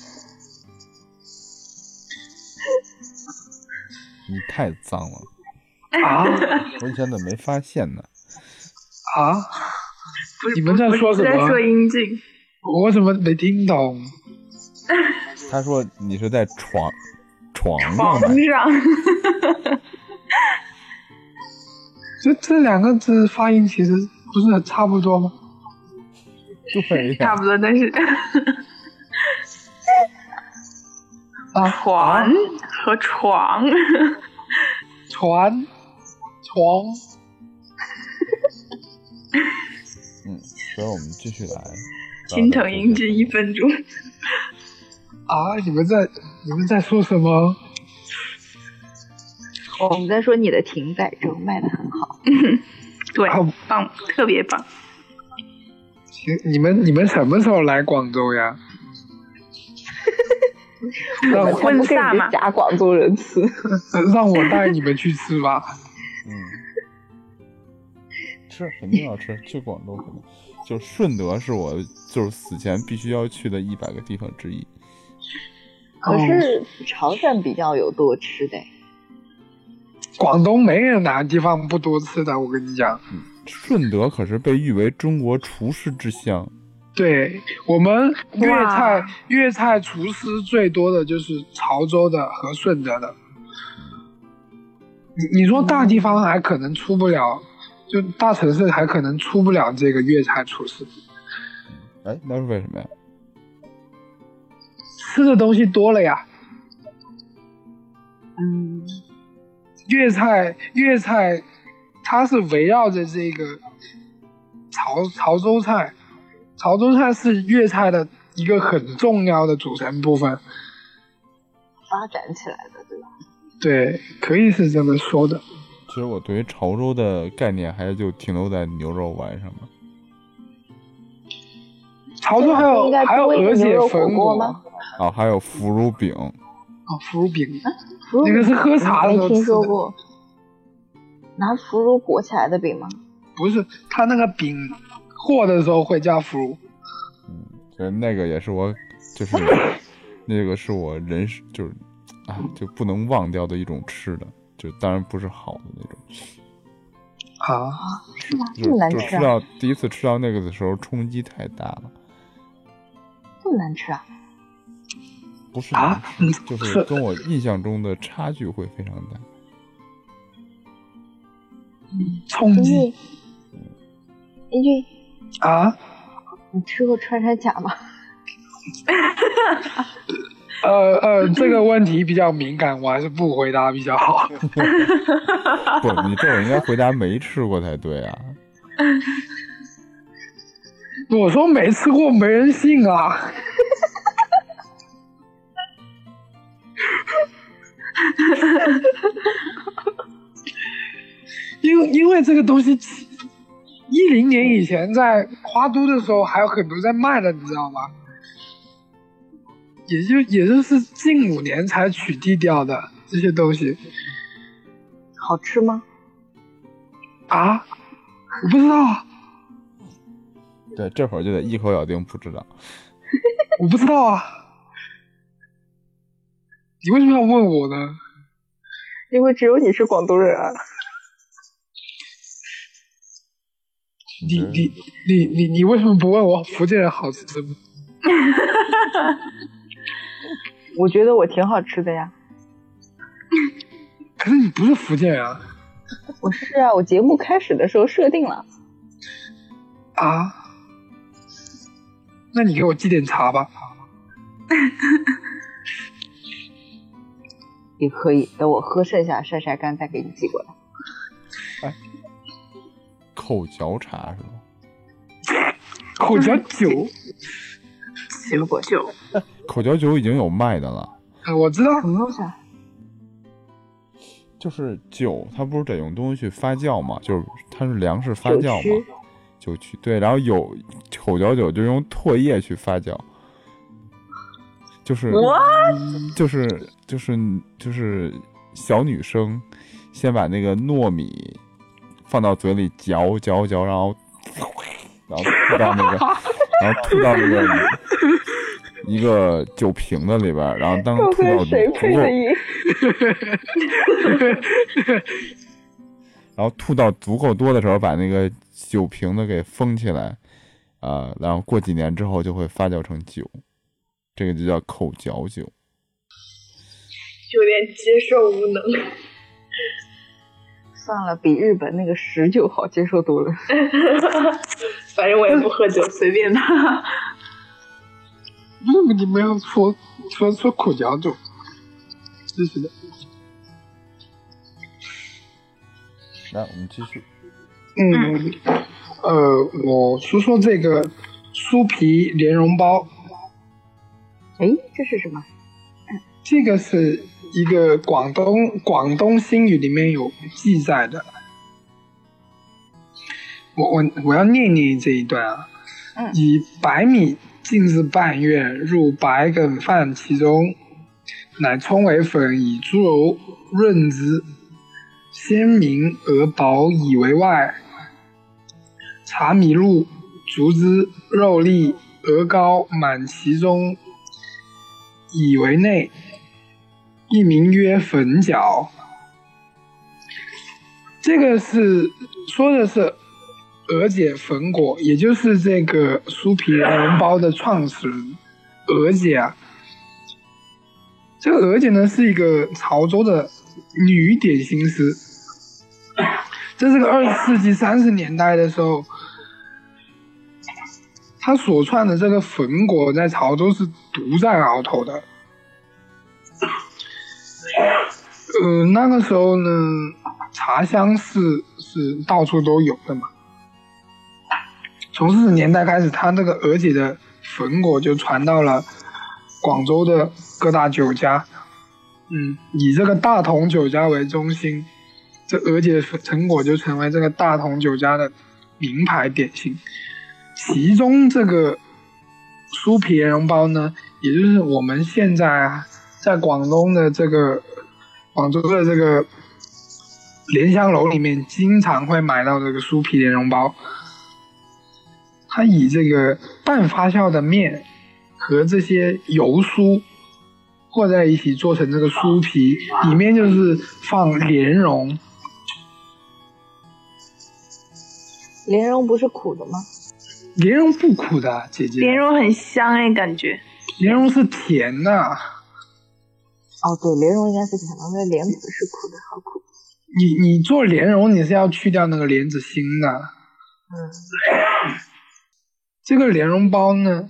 你太脏了啊！ 我以前怎么没发现呢？ 啊！你们在说什么？ 在说阴茎。 我怎么没听懂？ 他说你是在床上。 这两个字发音其实不是很差不多吗？ 对， 差不多，但是船和床， 床。 所以我们继续来。 心疼音质1分钟。 啊！你们在说什么？ 我们在说你的艇仔粥卖得很好。 对，棒，特别棒。 你们什么时候来广州呀？ 让婚纱嘛，假广州人吃。 让我带你们去吃吧。 吃肯定要吃，去广州肯定。就顺德是我就是死前必须要去的100个地方之一。 可是潮汕比较有多吃的。 广东没有哪个地方不多吃的，我跟你讲。 顺德可是被誉为中国厨师之乡。 对，我们粤菜厨师最多的就是潮州的和顺德的。你说大地方还可能出不了，就大城市还可能出不了这个粤菜厨师。 那是为什么呀？ 吃的东西多了呀。粤菜它是围绕着这个潮州菜，潮州菜是粤菜的一个很重要的组成部分， 发展起来的，对吧？ 对，可以是这么说的。 其实我对于潮州的概念还就停留在牛肉丸上面。 潮州还有鹅姐粉果吗？ 还有腐乳饼。 腐乳饼，那个是喝茶的时候吃的。 没听说过。拿腐乳裹起来的饼吗？ 不是，它那个饼和的时候会加腐乳。 就那个也是我就是那个是我就是就不能忘掉的一种吃的，就当然不是好的那种。 是吗？这么难吃啊？ 第一次吃到那个的时候冲击太大了。 这么难吃啊？ 不是难吃，就是跟我印象中的差距会非常大。 冲击。 英俊你吃过穿山甲吗？ 这个问题比较敏感，我还是不回答比较好。 不，你这我应该回答没吃过才对啊。 我说没吃过，没人信啊。因为这个东西10年以前在花都的时候还有很多在卖的，你知道吗？也就是近5年才取缔掉的这些东西。 好吃吗？ 我不知道啊。 对，这会儿就得一口咬定不知道。 我不知道啊。你为什么要问我呢？ 因为只有你是广东人啊。 你为什么不问我福建人好吃吗？ 我觉得我挺好吃的呀。 可是你不是福建人啊。 我是啊，我节目开始的时候设定了。 那你给我寄点茶吧。 也可以，等我喝剩下晒晒干再给你寄过来。 口嚼茶是吗？ 口嚼酒。 口嚼酒已经有卖的了。 我知道。 什么东西啊？ 就是酒，它不是得用东西去发酵嘛？就是它是粮食发酵嘛？酒曲对，然后有口嚼酒就用唾液去发酵。就是小女生先把那个糯米放到嘴里嚼，然后吐到那个一个酒瓶子里边，然后当吐到谁配的音？ 然后吐到足够多的时候，把那个酒瓶子给封起来，然后过几年之后就会发酵成酒。这个就叫口嚼酒， 有点接受无能。 算了，比日本那个10酒好接受多了。 反正我也不喝酒，随便他。 为什么你们要说口嚼酒？真是的。 来，我们继续。 我说这个酥皮莲蓉包。 这是什么？ 这个是一个广东新语里面有记载的。我要念这一段啊。以白米浸至半月，入白梗饭其中，乃冲为粉，以猪肉润之，鲜明而薄，以为外。茶米露，竹枝，肉粒，鹅膏满其中，以为内，一名曰粉饺。这个是说的是娥姐粉果，也就是这个酥皮莲蓉包的创始人娥姐啊。这个娥姐呢是一个潮州的女点心师，在这个20世纪30年代的时候，她所创的这个粉果在潮州是独占鳌头的。那个时候呢，茶香是到处都有的嘛。从40年代开始，它这个娥姐的粉果就传到了广州的各大酒家。以这个大同酒家为中心，这娥姐的粉果就成为这个大同酒家的名牌点心。其中这个酥皮莲蓉包呢，也就是我们现在在广州的这个莲香楼里面经常会买到这个酥皮莲蓉包。它以这个半发酵的面和这些油酥和在一起做成这个酥皮，里面就是放莲蓉。 莲蓉不是苦的吗？ 莲蓉不苦的，姐姐。 莲蓉很香哎，感觉。 莲蓉是甜的。 哦，对，莲蓉应该是甜的，那莲子是苦的，好苦。 你做莲蓉，你是要去掉那个莲子心的。这个莲蓉包呢，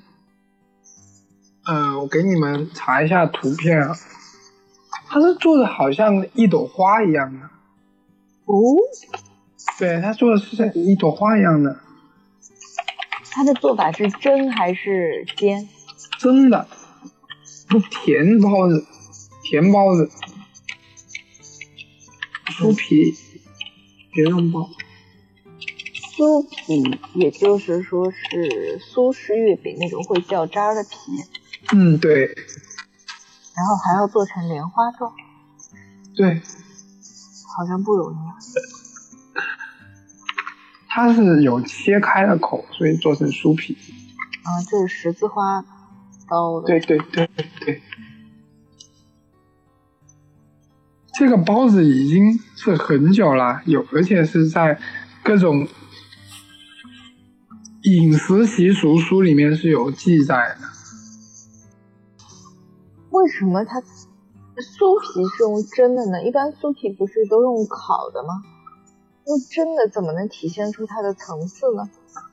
我给你们查一下图片啊，它是做的好像一朵花一样的。 哦， 对，它做的是像一朵花一样的。 它的做法是蒸还是煎？ 蒸的，甜包子，酥皮，莲蓉包。 酥皮，也就是说是苏式月饼那种会掉渣的皮。 对。 然后还要做成莲花状。 对。 好像不容易。 它是有切开的口，所以做成酥皮。 这是十字花刀的。 对。这个包子已经是很久了，而且是在各种饮食习俗书里面是有记载的。 为什么它酥皮是用蒸的呢？一般酥皮不是都用烤的吗？用蒸的怎么能体现出它的层次呢？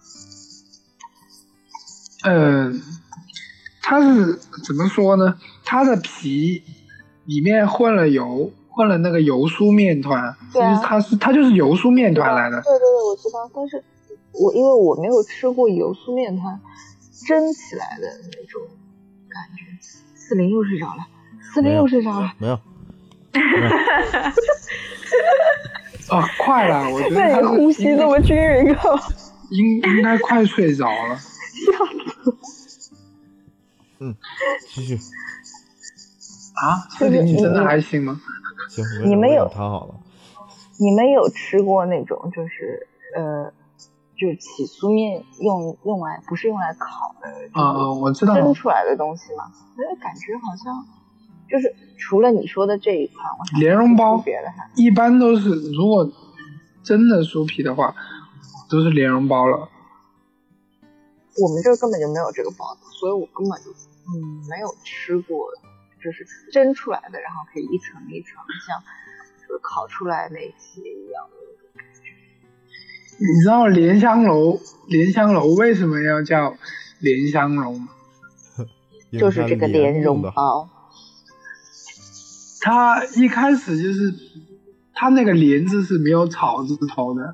它是怎么说呢？它的皮里面混了油，混了那个油酥面团。 对啊， 它就是油酥面团来的。 对，我知道。但是因为我没有吃过油酥面团蒸起来的那种感觉。四零又睡着了。 没有。 快了，我觉得那你呼吸这么均匀干嘛？ 应该快睡着了。 笑死。 继续。 四零你真的还行吗？ 行， 你们有躺好了。 你们有吃过那种就是就是起酥面用来不是用来烤的， 我知道蒸出来的东西吗？感觉好像就是除了你说的这一款，我想莲蓉包别的一般都是，如果真的酥皮的话，都是莲蓉包了。 我们这根本就没有这个包子，所以我根本就没有吃过，就是蒸出来的，然后可以一层一层像就是烤出来那些一样的。 你知道莲香楼为什么要叫莲香楼吗？ 就是这个莲蓉包。 它一开始就是它那个莲字是没有草字头的。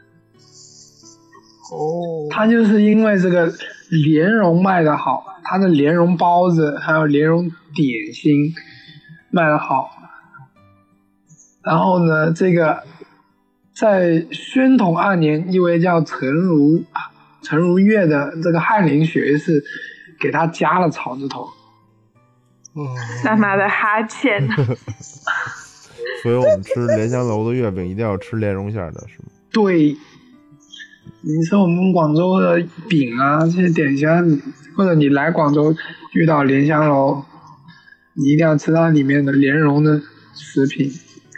它就是因为这个莲蓉卖得好，它的莲蓉包子还有莲蓉点心卖得好。然后呢，这个在宣统2年，一位叫陈如月的这个翰林学士给他加了草字头。 三妈的哈欠。 所以我们吃莲香楼的月饼一定要吃莲蓉馅的，是吗？ 对。你吃我们广州的饼啊，这些点心，或者你来广州遇到莲香楼，你一定要吃它里面的莲蓉的食品。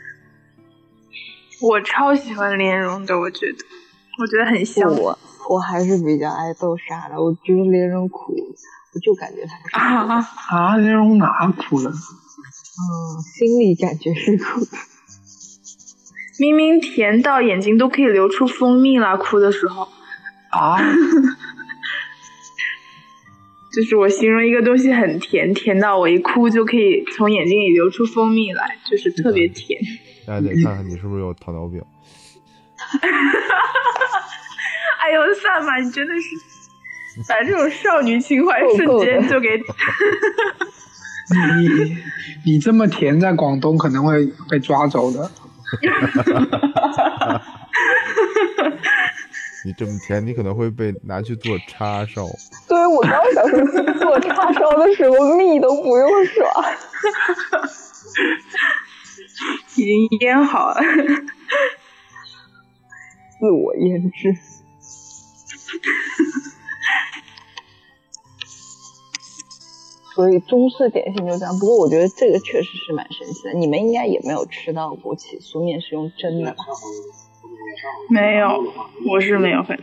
我超喜欢莲蓉的，我觉得很香。 我还是比较爱豆沙的，我觉得莲蓉苦，我就感觉它是莲蓉哪苦了？ 心里感觉是苦的。 明明甜到眼睛都可以流出蜂蜜了，哭的时候。就是我形容一个东西很甜，甜到我一哭就可以从眼睛里流出蜂蜜来，就是特别甜。 大家得看看你是不是有糖尿病。 哎呦，萨玛，你真的是把这种少女情怀瞬间就给你这么甜，在广东可能会被抓走的。 你这么甜，你可能会被拿去做叉烧。 对，我刚想说做叉烧的时候蜜都不用刷。 已经腌好了。 自我腌制。 所以中式点心就这样。不过我觉得这个确实是蛮神奇的，你们应该也没有吃到过起酥面是用蒸的吧？ 没有，我是没有很。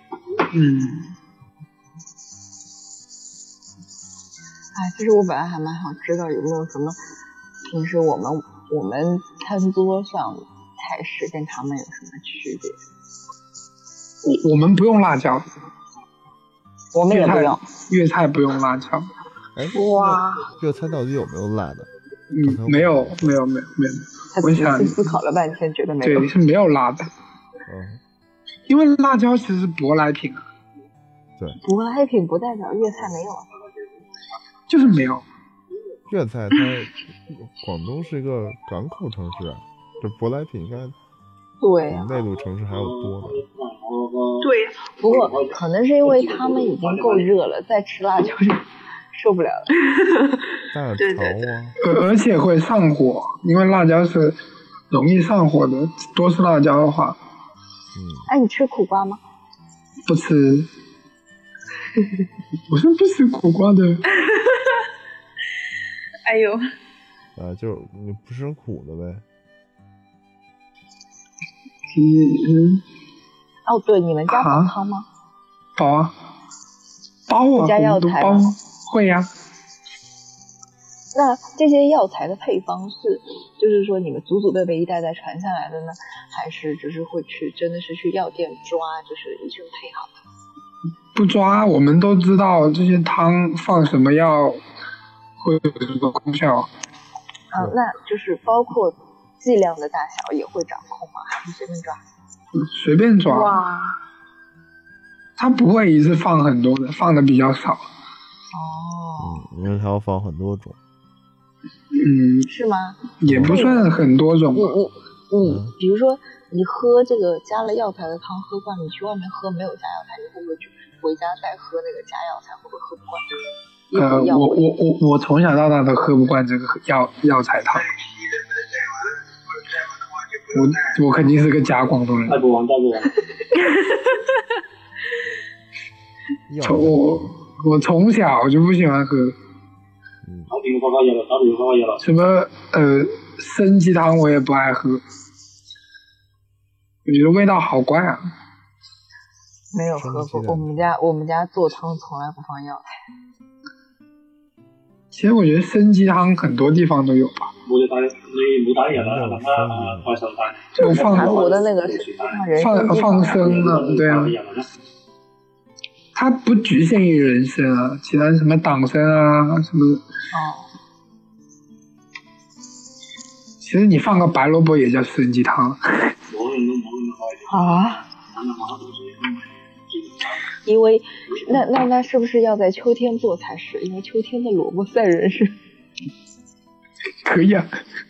其实我本来还蛮想知道有没有什么平时我们餐桌上菜式跟他们有什么区别。 我们不用辣椒， 我们也不用粤菜不用辣椒。 哇，粤菜到底有没有辣的？ 没有。我想思考了半天，觉得没有。 对，是没有辣的。因为辣椒其实是舶来品啊。 对， 舶来品不代表粤菜没有啊。 就是没有。 粤菜它广东是一个港口城市啊，这舶来品应该对比内陆城市还要多呢。 对， 不过可能是因为他们已经够热了，再吃辣椒就受不了了。 大潮啊！ 而且会上火，因为辣椒是容易上火的，多吃辣椒的话。 你吃苦瓜吗？ 不吃。我是不吃苦瓜的。 哎呦， 就是你不吃苦的呗。 对，你们家煲汤吗？ 煲啊，煲啊， 加药材煲会呀。 那这些药材的配方就是说你们祖祖辈辈一代代传下来的呢，还是就是会真的是去药店抓，就是医生配好的？ 不抓，我们都知道这些汤放什么药会有什么功效。 那就是包括剂量的大小也会掌控吗？还是随便抓？ 随便抓。 哇， 它不会一次放很多的，放的比较少。 因为它要放很多种。 是吗？ 也不算很多种。 你比如说你喝这个加了药材的汤喝惯，你去外面喝没有加药材，你会不会去回家再喝那个加药材？会不会喝不惯？ 我从小到大都喝不惯这个药材汤。我肯定是个假广东人。我从小就不喜欢喝。什么参鸡汤我也不爱喝，我觉得味道好怪啊。 没有喝过，我们家做汤从来不放药材。 其实我觉得参鸡汤很多地方都有吧。就放韩国的那个放生的，对啊。它不局限于人参啊，其他什么党参啊什么的。其实你放个白萝卜也叫参鸡汤。 因为那是不是要在秋天做才是？因为秋天的萝卜赛人参。 可以啊。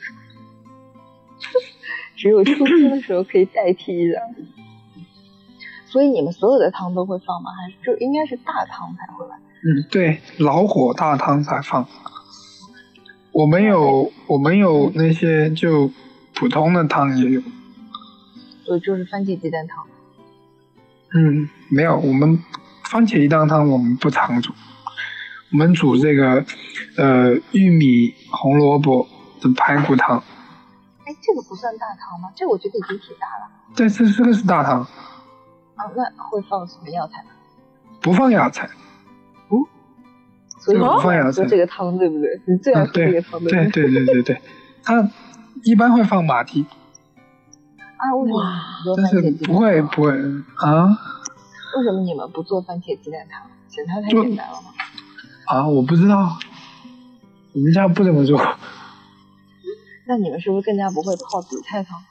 只有秋天的时候可以代替的。所以你们所有的汤都会放吗？还是就应该是大汤才会吧？ 对，老火大汤才放。我们有那些就普通的汤也有。 对，就是番茄鸡蛋汤。 没有，我们番茄鸡蛋汤我们不常煮，我们煮这个玉米红萝卜的排骨汤。 这个不算大汤吗？这个我觉得已经挺大了。 对，这个是大汤。 那会放什么药材吗？ 不放药材。 所以不放药材。 这个汤对不对？你最爱喝这个汤对不对。对，它一般会放马蹄。 为什么不做番茄鸡蛋汤？ 不会啊？ 为什么你们不做番茄鸡蛋汤？嫌它太简单了吗？ 我不知道，我们家不怎么做。 那你们是不是更加不会泡紫菜汤？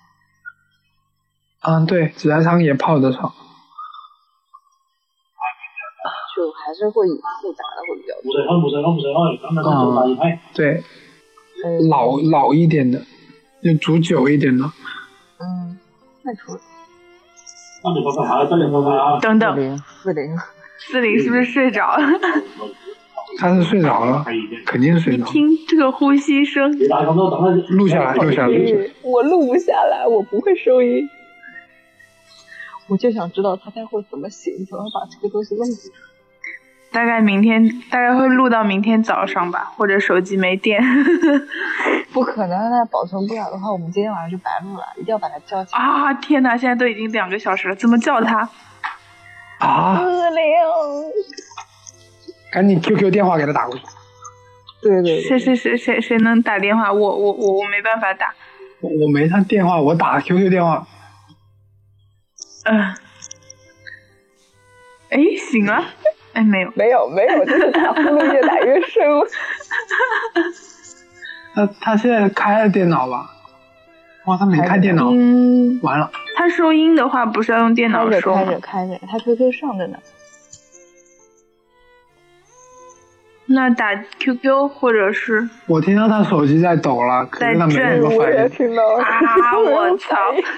对，紫菜汤也泡得少。 就还是会以复杂的会比较多。 对，老一点的，就煮久一点的。 那除了等等，40是不是睡着了？ 他是睡着了，肯定是睡着了。 你听这个呼吸声， 录下来。 我录不下来，我不会收音。我就想知道他待会怎么醒，怎么把这个东西弄进去。 大概会录到明天早上吧，或者手机没电。 不可能，那保存不了的话，我们今天晚上就白录了，一定要把它叫起来。 啊！天哪，现在都已经2个小时了，怎么叫他？ 啊！赶紧 QQ 电话给他打过去。 对。 谁能打电话？我没办法打。 我没他电话，我打 QQ 电话。 哎，醒了。哎，没有， 就是打呼噜越打越深了。 他现在开了电脑吧？哇，他没开电脑，完了。 他收音的话不是要用电脑收吗？ 开着，他 QQ 上着呢。 那打 QQ 或者是我听到他手机在抖了，可是他没有个反应。 我也听到了。 啊！我操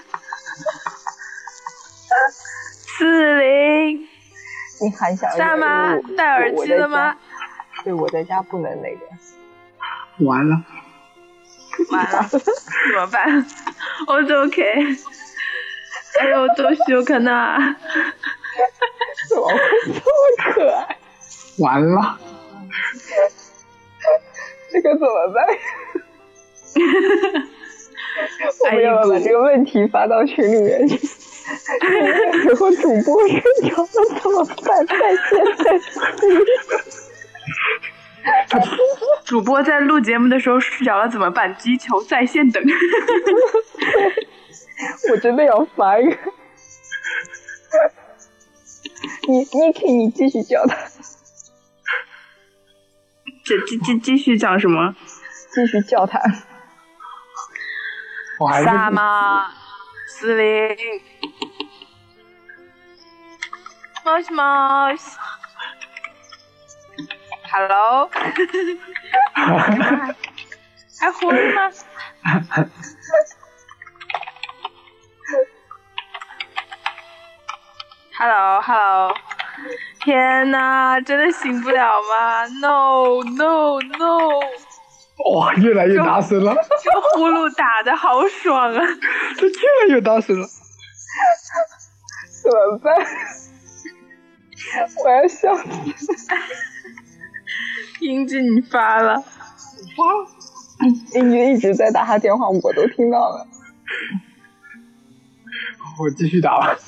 ！40， 你还想大妈戴耳机了吗？ 对，我在家不能那个。 完了， 怎么办？我都 OK。哎呦，どうしようかな。 怎么会这么可爱？ 完了。 这个怎么办？我们要把这个问题发到群里面去。那个时候主播睡着了怎么办？在线主播在录节目的时候睡着了怎么办？击球在线等。 我真的要发一个。你继续叫他。 继续讲什么？ 继续叫他。 萨玛40。もしもし。Hello。还活着吗？Hello。天哪，真的醒不了吗 ？No。 哇，越来越大声了。 这个呼噜打得好爽啊！ 这越来越大声了。 怎么办？我要笑死。 英俊，你发了。 英俊一直在打他电话，我都听到了。 我继续打吧。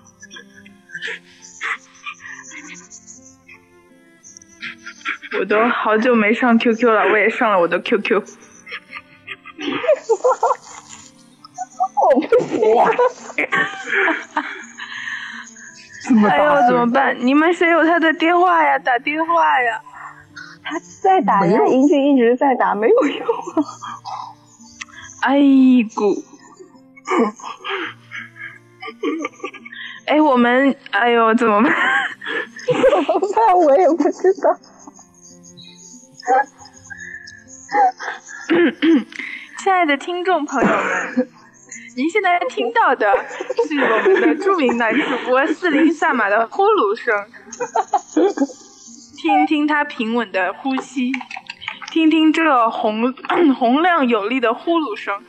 我都好久没上 QQ 了，我也上了我的 QQ。 我不行。 哎呦，怎么办？你们谁有他的电话呀？打电话呀！ 他在打呀，英俊一直在打，没有用啊。 哎咕！哎，我们，哎呦，怎么办？ 怎么办？我也不知道。 亲爱的听众朋友们，您现在听到的是我们的著名男主播40萨玛的呼噜声，听听他平稳的呼吸，听听这洪亮有力的呼噜声。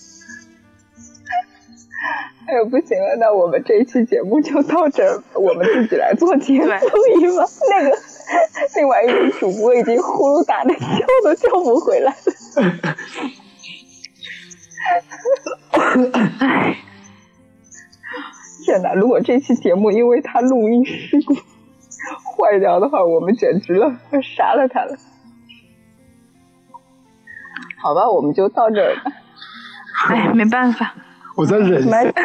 哎呦，不行了，那我们这一期节目就到这儿，我们自己来做节目一吧。那个另外一位主播已经呼噜打的叫都叫不回来了。天哪！如果这期节目因为他录音事故坏掉的话，我们简直了，杀了他了。好吧，我们就到这儿吧。 哎，没办法。 我在忍受。 麦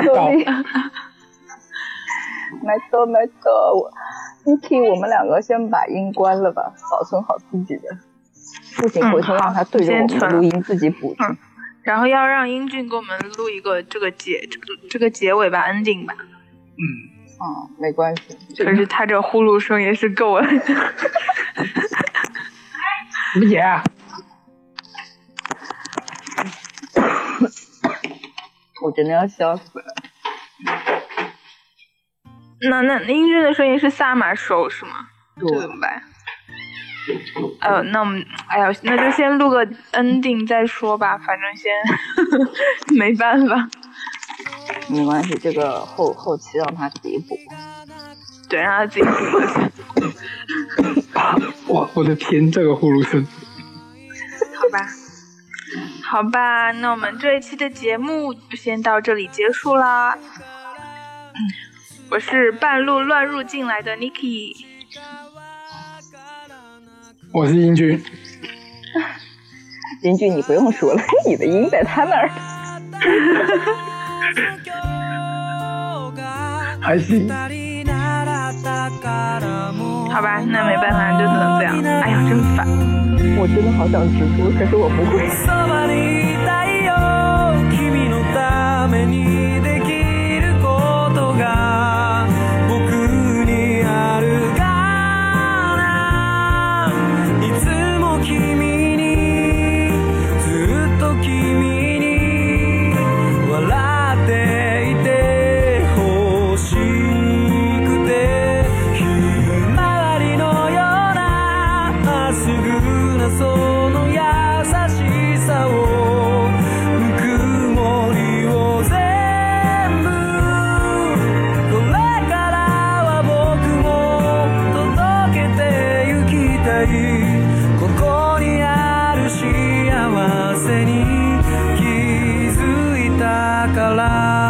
多，你替我们两个先把音关了吧，保存好自己的。不行，回头让他对着我们的录音自己补上。 然后要让英俊给我们录一个这个结尾吧 ending 吧。 没关系。 可是他这呼噜声也是够了。 什么姐？ 我真的要笑死了。 那英俊的声音是萨玛收是吗？这怎么办？那我们那就先录个 ending 再说吧，反正先没办法。 没关系，这个后期让他自己补。 对，让他自己呼噜一下。 哇，我的天，这个呼噜声。 好吧，那我们这一期的节目就先到这里结束啦。我是半路乱入进来的 Niki， 我是英俊。 英俊你不用说了，你的音在他那儿。 还行。 好吧，那没办法，就只能这样。哎呀，真烦！ 我真的好想直播，可是我不会。 幸せに気づいたから